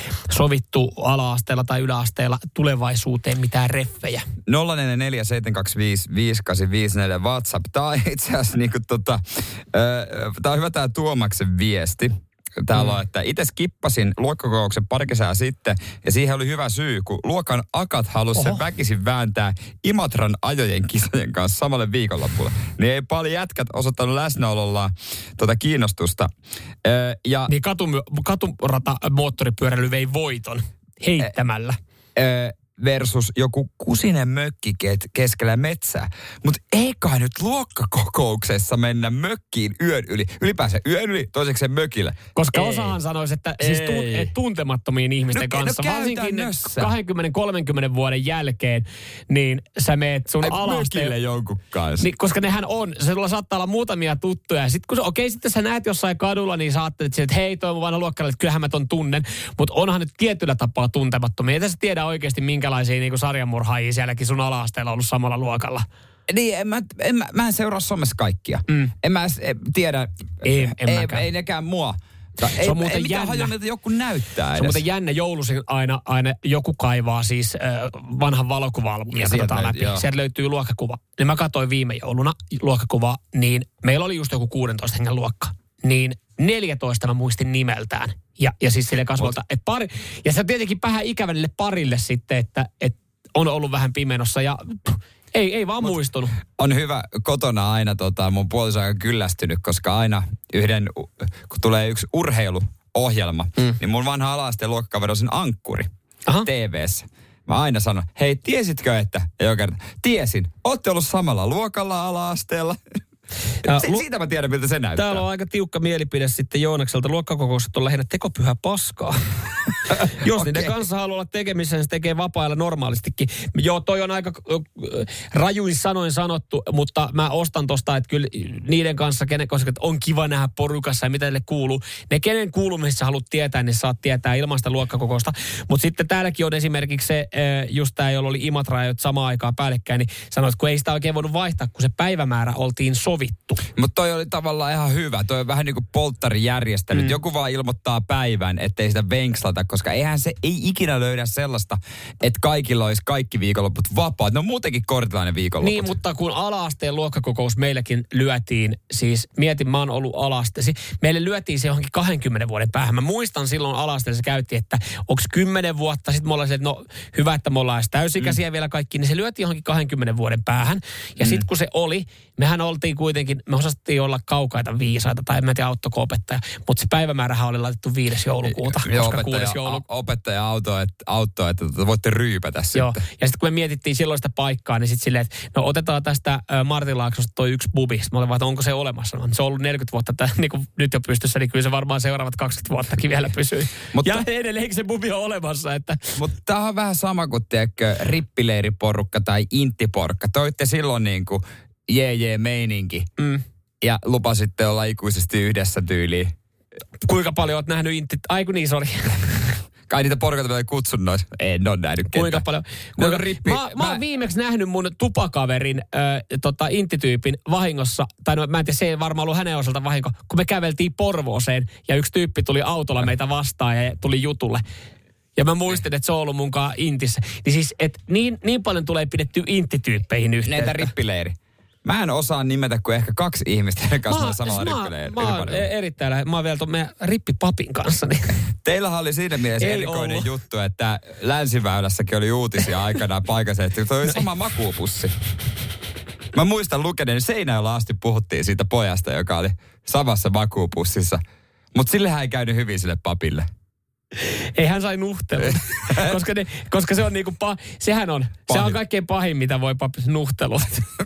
sovittu ala-asteella tai yläasteella tulevaisuuteen mitään reffejä. nolla neljä neljä seitsemän kaksi viisi viisi kahdeksan viisi neljä WhatsApp. Tämä on itse asiassa niin kuin tota, äh, tämä on hyvä tämä Tuomaksen viesti. Täällä mm. on, että itse skippasin luokkakokouksen pari kesää sitten, ja siihen oli hyvä syy, kun luokan akat halusi sen väkisin vääntää Imatran ajojen kisojen kanssa samalle viikonloppuun. Niin ei paljon jätkät osoittanut läsnäolollaan tuota kiinnostusta. Öö, ja niin katum- katurata moottoripyöräily vei voiton heittämällä. Öö, versus joku kusinen mökki keskellä metsää. Mutta ei kai nyt luokkakokouksessa mennä mökkiin yön yli. Ylipäänsä yön yli, toiseksi mökille. Koska ei. Osahan sanoisi, että siis tu- tuntemattomien ihmisten no, kanssa, no varsinkin kaksikymmentä kolmekymmentä vuoden jälkeen, niin sä meet sun ala-asteen... Mökille jonkun kanssa. Niin, koska nehän on, se sulla saattaa olla muutamia tuttuja. Sitten kun okei, okay, sitten sä näet jossain kadulla, niin sä ajattelet, että hei, toi on mun vanha luokkalainen, että kyllähän mä ton tunnen. Mutta onhan nyt tietyllä tapaa tuntemattomia. Ei tässä tiedä oikeasti minkä minkälaisia niin kuin sarjamurhaajia sielläkin sun ala-asteella ollut samalla luokalla. Niin, en mä, en, mä, mä en seuraa somessa kaikkia. Mm. En mä en, tiedä. Ei, en ei, mäkään. ei nekään mua. Ei, se on muuten ei mitään jännä. hajua, miltä joku näyttää edes. Se on muuten jännä joulusin aina, aina joku kaivaa siis äh, vanhan valokuva-albumin ja katsotaan läpi. Joo. Sieltä löytyy luokkakuva. Niin mä katsoin viime jouluna luokkakuvaa, niin meillä oli just joku kuusitoista hengen luokka. Niin neljätoista mä muistin nimeltään. Ja, ja siis sille kasvolta, että pari. Ja se on tietenkin vähän ikävä niille parille sitten, että, että on ollut vähän pimenossa ja pff, ei, ei vaan Mut muistunut. On hyvä kotona aina, tota, mun puoliso on aika kyllästynyt, koska aina yhden, kun tulee yksi urheiluohjelma, mm. niin mun vanha ala-asteen luokkakaveri on sen ankkuri Aha. T V:ssä. Mä aina sanon, hei, tiesitkö, että, ja joka kerta, tiesin, ootte ollut samalla luokalla ala-asteella. Ja, si- siitä mä tiedän, miltä se näyttää. Täällä on aika tiukka mielipide sitten Joonakselta. Luokkakokoukset on lähinnä tekopyhää paskaa. Jos okay. niiden kanssa haluaa olla tekemisissä, niin se tekee vapailla normaalistikin. Joo, toi on aika äh, rajuin sanoin sanottu, mutta mä ostan tosta, että kyllä niiden kanssa, kenen, koska on kiva nähdä porukassa ja mitä teille kuuluu. Ne, kenen kuulumisissa haluat tietää, niin saat tietää ilman sitä luokkakokousta. Mutta sitten täälläkin on esimerkiksi se, äh, just tämä, jolla oli Imatra ja samaan aikaan päällekkäin, niin sanoit, kun ei sitä oikein voinut vaihtaa, kun se päivämäärä oltiin sovittu. Mutta toi oli tavallaan ihan hyvä. Toi on vähän niin kuin polttarijärjestelyt. Mm. Joku vaan ilmoittaa päivän, ettei sitä venkslata, koska eihän se ei ikinä löydä sellaista, että kaikilla olisi kaikki viikonloput vapaat. Ne on muutenkin kortilainen viikonloput. Niin, mutta kun ala-asteen luokkakokous meilläkin lyötiin, siis mietin, mä oon ollut ala-asteesi, meille lyötiin se johonkin kahdenkymmenen vuoden päähän. Mä muistan silloin ala-asteessa käytiin, että onko kymmenen vuotta, sitten me ollaan se, että no hyvä, että me ollaan edes täysikäisiä mm. vielä kaikki, niin se lyötiin johonkin kahdenkymmenen vuoden päähän. Ja mm. sitten kun se oli, mehän oltiin kuitenkin, me osattiin olla kaukaita viisaita, tai en mä tiedä, auttoko opettaja, mutta se päivämäärähän oli laitettu viides joulukuuta, Joo, koska kuudes joulukuuta. Opettaja auttoi, että, auttoi, että voitte ryypätä Joo. sitten. Ja sitten kun me mietittiin silloin sitä paikkaa, niin sitten silleen, että no otetaan tästä ä, Martinlaaksosta toi yksi bubi. Sitten mä olin vaan, että onko se olemassa? No, se on ollut neljäkymmentä vuotta että, niin kuin nyt jo pystyssä, niin kyllä se varmaan seuraavat kaksikymmentä vuottakin vielä pysyy. Mutta, ja edelleenkin se bubi on olemassa. Että. Mutta tämä on vähän sama kuin tiedätkö, rippileiriporukka tai inttiporukka. Toitte silloin niin kuin jee jee meininki. Mm. Ja lupasitte olla ikuisesti yhdessä tyyliin. Kuinka paljon oot nähnyt intti? Ai kun niin, sori. Kai niitä porukat vielä kutsunnoit. En ole nähnyt ketään. Kuinka paljon? Kuinka, rippi, mä, mä oon viimeksi nähnyt mun tupakaverin äh, tota, inttityypin vahingossa, tai no, mä en tiedä, se ei varmaan ollut hänen osalta vahinko, kun me käveltiin Porvooseen ja yksi tyyppi tuli autolla meitä vastaan ja tuli jutulle. Ja mä muistin, että se on ollut munkaan intissä. Niin siis, että niin, niin paljon tulee pidetty inttityyppeihin yhteyttä. Näitä rippileiri. Mä en osaa nimetä kuin ehkä kaksi ihmistä, joiden kanssa mä, samalla siis rippileiri. Mä, mä oon erittäin lähe. Mä oon vielä tuon meidän rippipapin kanssa. Niin. Teillähän oli siinä mielessä ei erikoinen ollut juttu, että Länsiväylässäkin oli uutisia aikanaan paikassa, että toi oli sama makuupussi. Mä muistan lukeneen, Seinäjoella asti puhuttiin siitä pojasta, joka oli samassa makuupussissa. Mutta sillehän ei käynyt hyvin sille papille. Ei hän sai nuhtelun, koska, ne, koska se on niinku, pa, sehän on, pahin. Se on kaikkein pahin, mitä voi papissa nuhtelu.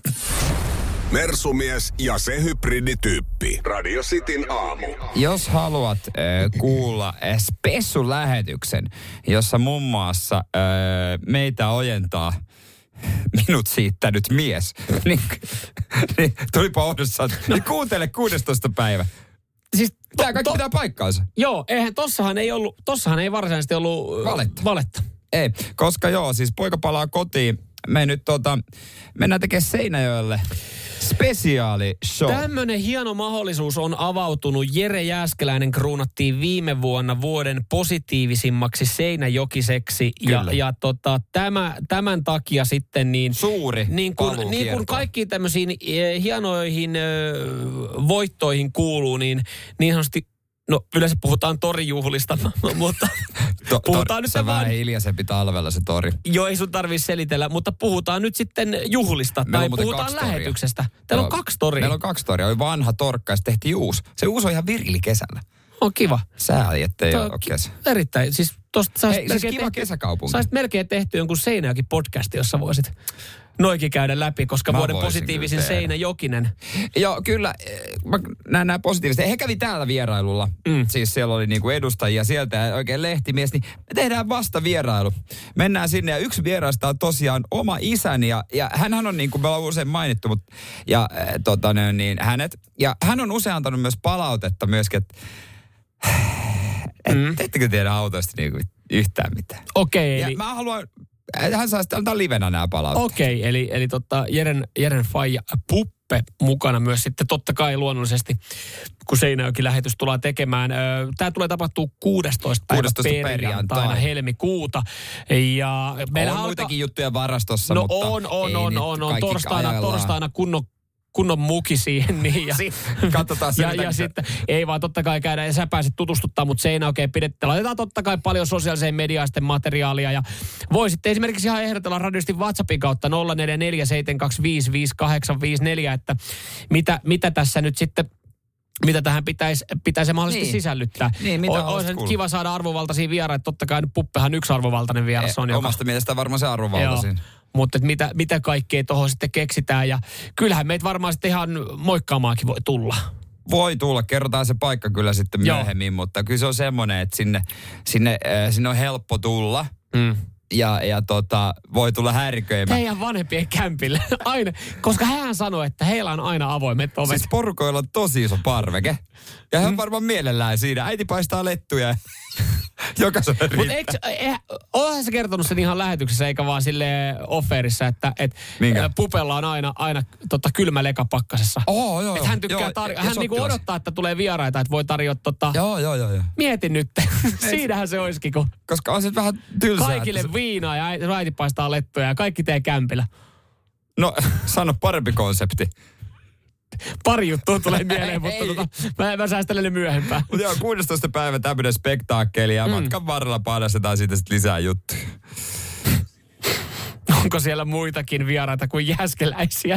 Mersumies ja se hybridityyppi. Radio Cityn aamu. Jos haluat äh, kuulla äh, spessulähetyksen, jossa muun muassa äh, meitä ojentaa minut siittänyt mies, niin, niin tulipa ohdossa, niin kuuntele kuudestoista päivä. Siis Tämä kaikki to, pitää paikkaansa. Joo, eihän tossahan ei ollut, tossahan ei varsinaisesti ollut valetta. valetta. Ei, koska joo, siis poika palaa kotiin. Me nyt tota, mennään tekemään Seinäjoelle spesiaali show. Tämmöinen hieno mahdollisuus on avautunut. Jere Jääskeläinen kruunattiin viime vuonna vuoden positiivisimmaksi seinäjokiseksi. Ja, ja tota, tämä, tämän takia sitten niin... Suuri niin kun, niin kun kaikkiin tämmöisiin eh, hienoihin eh, voittoihin kuuluu, niin niin sanotusti, no yleensä puhutaan torijuhlista, mutta to, puhutaan tor, nyt se vaan... vähän hiljaisempi talvella se tori. Joo, ei sun tarvitse selitellä, mutta puhutaan nyt sitten juhlista tai puhutaan lähetyksestä. Teillä on kaksi toria. Meillä on kaksi toria. Oli vanha torkka ja sitten tehtiin uusi. Se uusi on ihan virili kesällä. On kiva. Sääli, ettei ole kesä. Erittäin. Siis tosta sä Hei, siis kiva tehty, kesäkaupunki. Sä melkein tehty jonkun Seinäjoki podcasti, jossa voisit noikin käydä läpi, koska mä vuoden positiivisin Seinäjokinen. Joo, kyllä. Mä näen nämä positiiviset. He kävi täällä vierailulla. Mm. Siis siellä oli niinku edustajia sieltä ja oikein lehtimies. Niin me tehdään vasta vierailu. Mennään sinne ja yksi vieraista on tosiaan oma isäni. Ja, ja hänhän on niin kuin me ollaan usein mainittu, mutta ja äh, tota, niin hänet. Ja hän on usein antanut myös palautetta myöskin, että et, mm. teettekö tiedä autoista niinku yhtään mitään. Okei. Okay, ja eli... mä haluan hän saa sitten antaa livenä nämä palautteet. Okei, okay, eli, eli tota, Jeren, Jeren faija Puppe mukana myös sitten totta kai luonnollisesti, kun Seinäjoki lähetys tullaan tekemään. Tämä tulee tapahtua kuudestoista päivä perjantaina helmikuuta. Ja on alka... muitakin juttuja varastossa, no mutta on, on, on, on, on. Torstaina, torstaina kunnon kunnon muki siihen. Niin, ja katsotaan ja, ja sitten, ei vaan totta kai käydä, ja sä pääset tutustuttaa, mutta Seinäjokeen pidettä. Laitetaan totta kai paljon sosiaaliseen mediaan sitten materiaalia, ja voi sitten esimerkiksi ihan ehdotella radiosti WhatsAppin kautta nolla neljä neljä seitsemän kaksi viisi viisi kahdeksan viisi neljä, että mitä, mitä tässä nyt sitten mitä tähän pitäisi, pitäisi mahdollisesti niin sisällyttää. Niin, mitä on, on se kiva saada arvovaltaisia vieraita. Totta kai nyt Puppehan yksi arvovaltainen vieras on. E, omasta joka... mielestä varmaan se arvovaltaisin. Mutta mitä, mitä kaikkea tuohon sitten keksitään. Ja kyllähän meitä varmaan sitten ihan moikkaamaakin voi tulla. Voi tulla. Kerrotaan se paikka kyllä sitten myöhemmin. Joo. Mutta kyllä se on semmoinen, että sinne, sinne, äh, sinne on helppo tulla. Mm. Ja, ja tota, voi tulla häiriköimään. Heidän vanhempien kämpille. Aina, koska hän sanoi, että heillä on aina avoimet ovet. Siis porukoilla on tosi iso parveke. Ja hän on varmaan mielellään siinä. Äiti paistaa lettuja. Jokaisen riittää. Mutta eh, onhan se kertonut sen ihan lähetyksessä, eikä vaan sille offerissa, että et, Pupella on aina, aina tota, kylmä leka pakkasessa. Oh, joo, että hän tykkää tarjota. Hän niinku odottaa, että tulee vieraita, että voi tarjota tota... Joo, joo, joo. Mietin nyt. Siinähän se olisikin, kun... Koska on se vähän tylsää. Kaikille se... viinaa ja äiti paistaa lettuja ja kaikki tee kämpillä. No, sano parempi konsepti. Pari juttua tulee mieleen, mutta tota, mä, mä säästelen ne myöhempään. Mutta joo, kuudestoista päivä tämmöinen spektaakkeli ja mm. matkan varrella painastetaan siitä sitten lisää juttuja. Onko siellä muitakin vieraita kuin jääskeläisiä?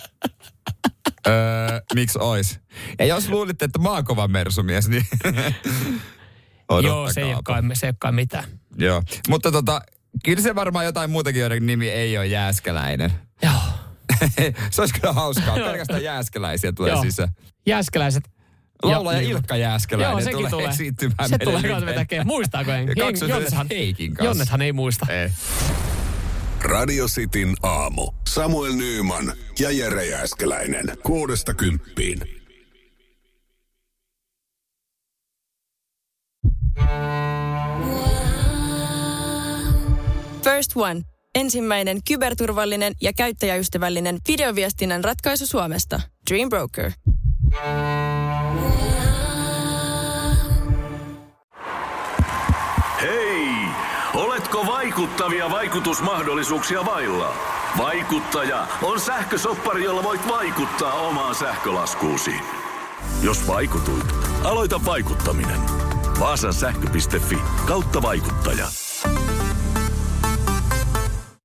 öö, miksi ois? Ja jos luulitte, että mä oon kova mersumies, niin joo, se ei ole kai, se ei ole kai mitään. Joo, mutta tota, kyllä se varmaan jotain muutakin, joiden nimi ei ole Jääskeläinen. Joo. Se olisi kyllä hauskaa. Pelkästään jääskeläisiä tulee joo. sisään. Jääskeläiset. Laulaja Ilkka Jääskeläinen joo, sekin tulee, tulee. esiintymään. Se tulee kanssa vetää. Muistaako en? Jonnethan, Heikin kanssa. Jonnethan ei muista. Ei. Radio Cityn aamu. Samuel Nyyman ja Jere Jääskeläinen. Kuudesta kymppiin. First One. Ensimmäinen kyberturvallinen ja käyttäjäystävällinen videoviestinnän ratkaisu Suomesta. Dream Broker. Hei! Oletko vaikuttavia vaikutusmahdollisuuksia vailla? Vaikuttaja on sähkösoppari, jolla voit vaikuttaa omaan sähkölaskuusi. Jos vaikutuit, aloita vaikuttaminen. Vaasan sähkö piste fi kautta vaikuttaja.